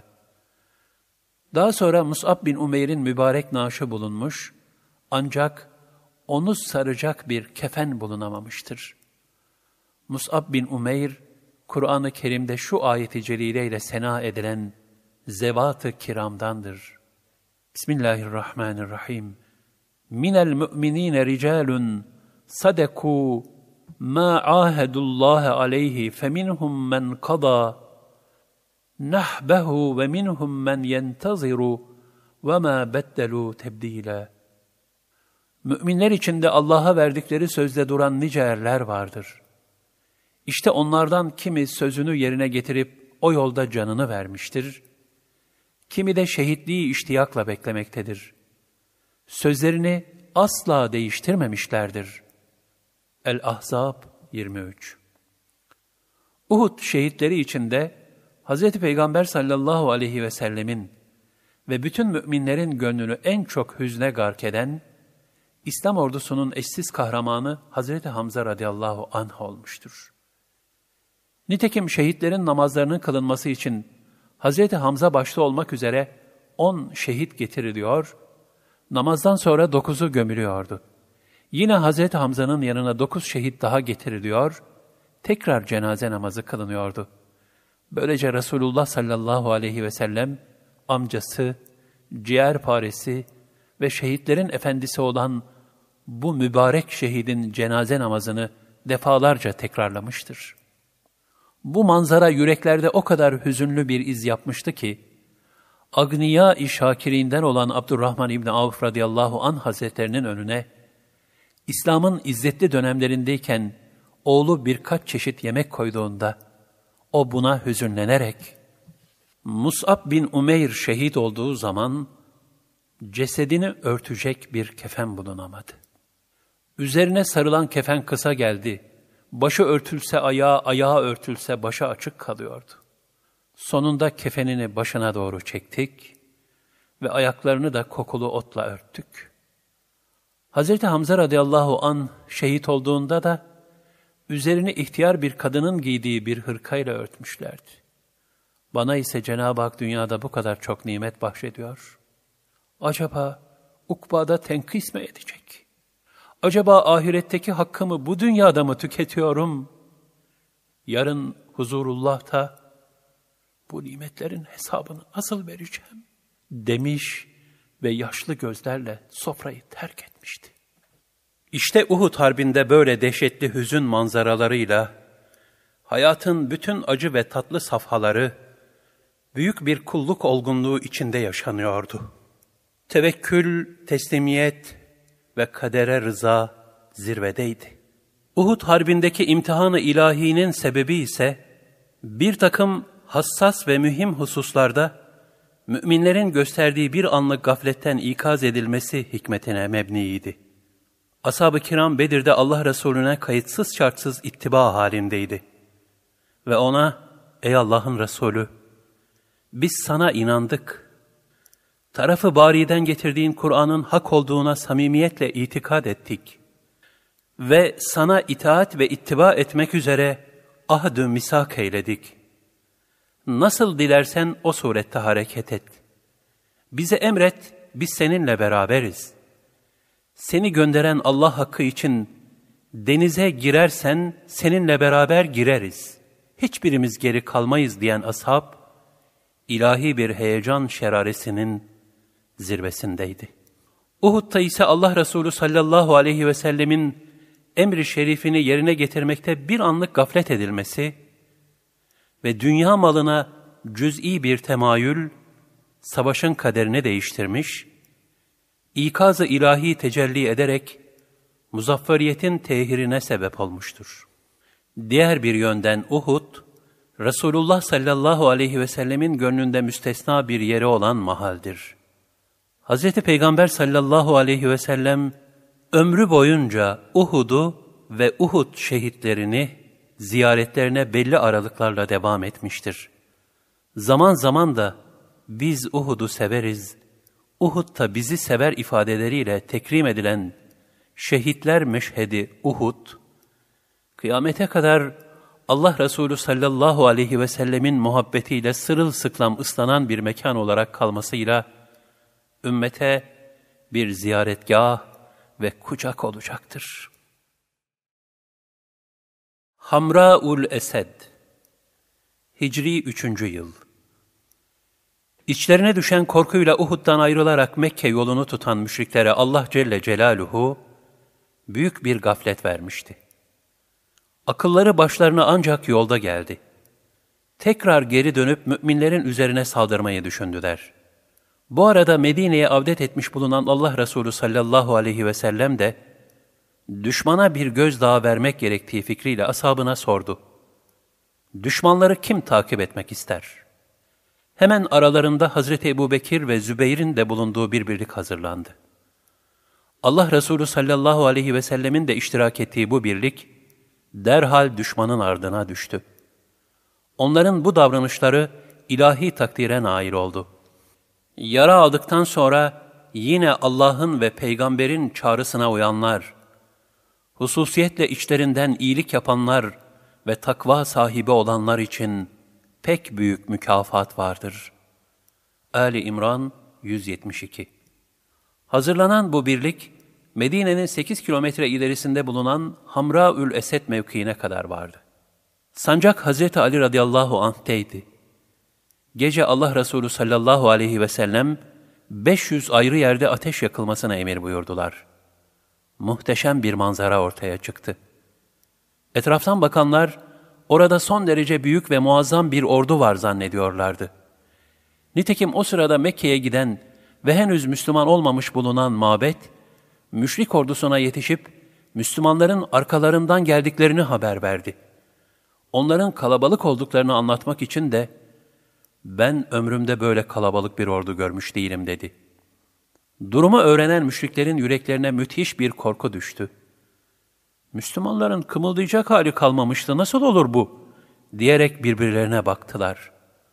Daha sonra Mus'ab bin Umeyr'in mübarek naaşı bulunmuş, ancak onu saracak bir kefen bulunamamıştır. Mus'ab bin Umeyr, Kur'an-ı Kerim'de şu ayet-i celileyle sena edilen zevat-ı kiramdandır. Bismillahirrahmanirrahim. Minel mü'minine ricalun sadekû ma ahedullaha aleyhi feminhum men qada nahbehu ve minhum men yenteziru ve ma beddelu tebdila. Müminler içinde Allah'a verdikleri sözde duran nice erler vardır. İşte onlardan kimi sözünü yerine getirip o yolda canını vermiştir, kimi de şehitliği iştiyakla beklemektedir. Sözlerini asla değiştirmemişlerdir. El-Ahzab 23. Uhud şehitleri içinde Hz. Peygamber sallallahu aleyhi ve sellemin ve bütün müminlerin gönlünü en çok hüzne gark eden, İslam ordusunun eşsiz kahramanı Hz. Hamza radıyallahu anh olmuştur. Nitekim şehitlerin namazlarının kılınması için Hz. Hamza başta olmak üzere 10 şehit getiriliyor, namazdan sonra 9'u gömülüyordu. Yine Hz. Hamza'nın yanına 9 şehit daha getiriliyor, tekrar cenaze namazı kılınıyordu. Böylece Resulullah sallallahu aleyhi ve sellem, amcası, ciğerparesi ve şehitlerin efendisi olan bu mübarek şehidin cenaze namazını defalarca tekrarlamıştır. Bu manzara yüreklerde o kadar hüzünlü bir iz yapmıştı ki, Agniya-i Şakirinden olan Abdurrahman İbni Avf radıyallahu anh hazretlerinin önüne, İslam'ın izzetli dönemlerindeyken oğlu birkaç çeşit yemek koyduğunda, o buna hüzünlenerek, Mus'ab bin Umeyr şehit olduğu zaman, cesedini örtecek bir kefen bulunamadı. Üzerine sarılan kefen kısa geldi, başı örtülse ayağı, ayağı örtülse başı açık kalıyordu. Sonunda kefenini başına doğru çektik ve ayaklarını da kokulu otla örttük. Hz. Hamza radıyallahu anh şehit olduğunda da üzerini ihtiyar bir kadının giydiği bir hırkayla örtmüşlerdi. Bana ise Cenab-ı Hak dünyada bu kadar çok nimet bahşediyor. Acaba ukbada tenkis mi edecek? Acaba ahiretteki hakkımı bu dünyada mı tüketiyorum? Yarın huzurullah'ta bu nimetlerin hesabını nasıl vereceğim? Demiş ve yaşlı gözlerle sofrayı terk etmişti. İşte Uhud Harbi'nde böyle dehşetli hüzün manzaralarıyla, hayatın bütün acı ve tatlı safhaları, büyük bir kulluk olgunluğu içinde yaşanıyordu. Tevekkül, teslimiyet ve kadere rıza zirvedeydi. Uhud Harbi'ndeki imtihan-ı ilahinin sebebi ise, bir takım hassas ve mühim hususlarda, müminlerin gösterdiği bir anlık gafletten ikaz edilmesi hikmetine mebniydi. Ashab-ı kiram Bedir'de Allah Resulüne kayıtsız şartsız ittiba halindeydi. Ve ona, ey Allah'ın Resulü, biz sana inandık. Tarafı Bari'den getirdiğin Kur'an'ın hak olduğuna samimiyetle itikad ettik. Ve sana itaat ve ittiba etmek üzere ahd-ı misak eyledik. Nasıl dilersen o surette hareket et. Bize emret, biz seninle beraberiz. Seni gönderen Allah hakkı için denize girersen seninle beraber gireriz. Hiçbirimiz geri kalmayız diyen ashab, ilahi bir heyecan şeraresinin zirvesindeydi. Uhud'da ise Allah Resulü sallallahu aleyhi ve sellemin emri şerifini yerine getirmekte bir anlık gaflet edilmesi ve dünya malına cüz'i bir temayül, savaşın kaderini değiştirmiş, ikaz-ı ilahi tecelli ederek muzafferiyetin tehirine sebep olmuştur. Diğer bir yönden Uhud, Resulullah sallallahu aleyhi ve sellemin gönlünde müstesna bir yeri olan mahaldir. Hz. Peygamber sallallahu aleyhi ve sellem, ömrü boyunca Uhud'u ve Uhud şehitlerini ziyaretlerine belli aralıklarla devam etmiştir. Zaman zaman da biz Uhud'u severiz, Uhud da bizi sever ifadeleriyle tekrim edilen şehitler meşhedi Uhud, kıyamete kadar Allah Resulü sallallahu aleyhi ve sellemin muhabbetiyle sırılsıklam ıslanan bir mekan olarak kalmasıyla ümmete bir ziyaretgah ve kucak olacaktır. Hamra'ul Esed, Hicri 3. yıl. İçlerine düşen korkuyla Uhud'dan ayrılarak Mekke yolunu tutan müşriklere Allah Celle Celaluhu büyük bir gaflet vermişti. Akılları başlarına ancak yolda geldi. Tekrar geri dönüp müminlerin üzerine saldırmayı düşündüler. Bu arada Medine'ye avdet etmiş bulunan Allah Resulü sallallahu aleyhi ve sellem de düşmana bir gözdağı vermek gerektiği fikriyle ashabına sordu. Düşmanları kim takip etmek ister? Hemen aralarında Hazreti Ebubekir ve Zübeyir'in de bulunduğu bir birlik hazırlandı. Allah Resulü sallallahu aleyhi ve sellemin de iştirak ettiği bu birlik derhal düşmanın ardına düştü. Onların bu davranışları ilahi takdire nail oldu. Yara aldıktan sonra yine Allah'ın ve peygamberin çağrısına uyanlar, hususiyetle içlerinden iyilik yapanlar ve takva sahibi olanlar için pek büyük mükafat vardır. Ali İmran 172. Hazırlanan bu birlik, Medine'nin 8 kilometre ilerisinde bulunan Hamraül Esed mevkiine kadar vardı. Sancak Hazreti Ali radıyallahu anh'teydi. Gece Allah Resulü sallallahu aleyhi ve sellem 500 ayrı yerde ateş yakılmasına emir buyurdular. Muhteşem bir manzara ortaya çıktı. Etraftan bakanlar, orada son derece büyük ve muazzam bir ordu var zannediyorlardı. Nitekim o sırada Mekke'ye giden ve henüz Müslüman olmamış bulunan Mabet, müşrik ordusuna yetişip Müslümanların arkalarından geldiklerini haber verdi. Onların kalabalık olduklarını anlatmak için de, "Ben ömrümde böyle kalabalık bir ordu görmüş değilim." dedi. Durumu öğrenen müşriklerin yüreklerine müthiş bir korku düştü. "Müslümanların kımıldayacak hali kalmamıştı, nasıl olur bu?" diyerek birbirlerine baktılar.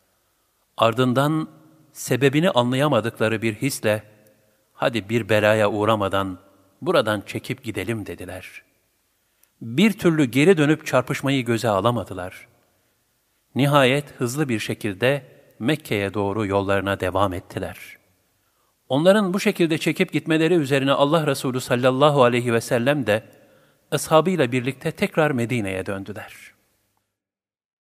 Ardından sebebini anlayamadıkları bir hisle, "Hadi bir belaya uğramadan buradan çekip gidelim." dediler. Bir türlü geri dönüp çarpışmayı göze alamadılar. Nihayet hızlı bir şekilde Mekke'ye doğru yollarına devam ettiler. Onların bu şekilde çekip gitmeleri üzerine Allah Resulü sallallahu aleyhi ve sellem de ashabıyla birlikte tekrar Medine'ye döndüler.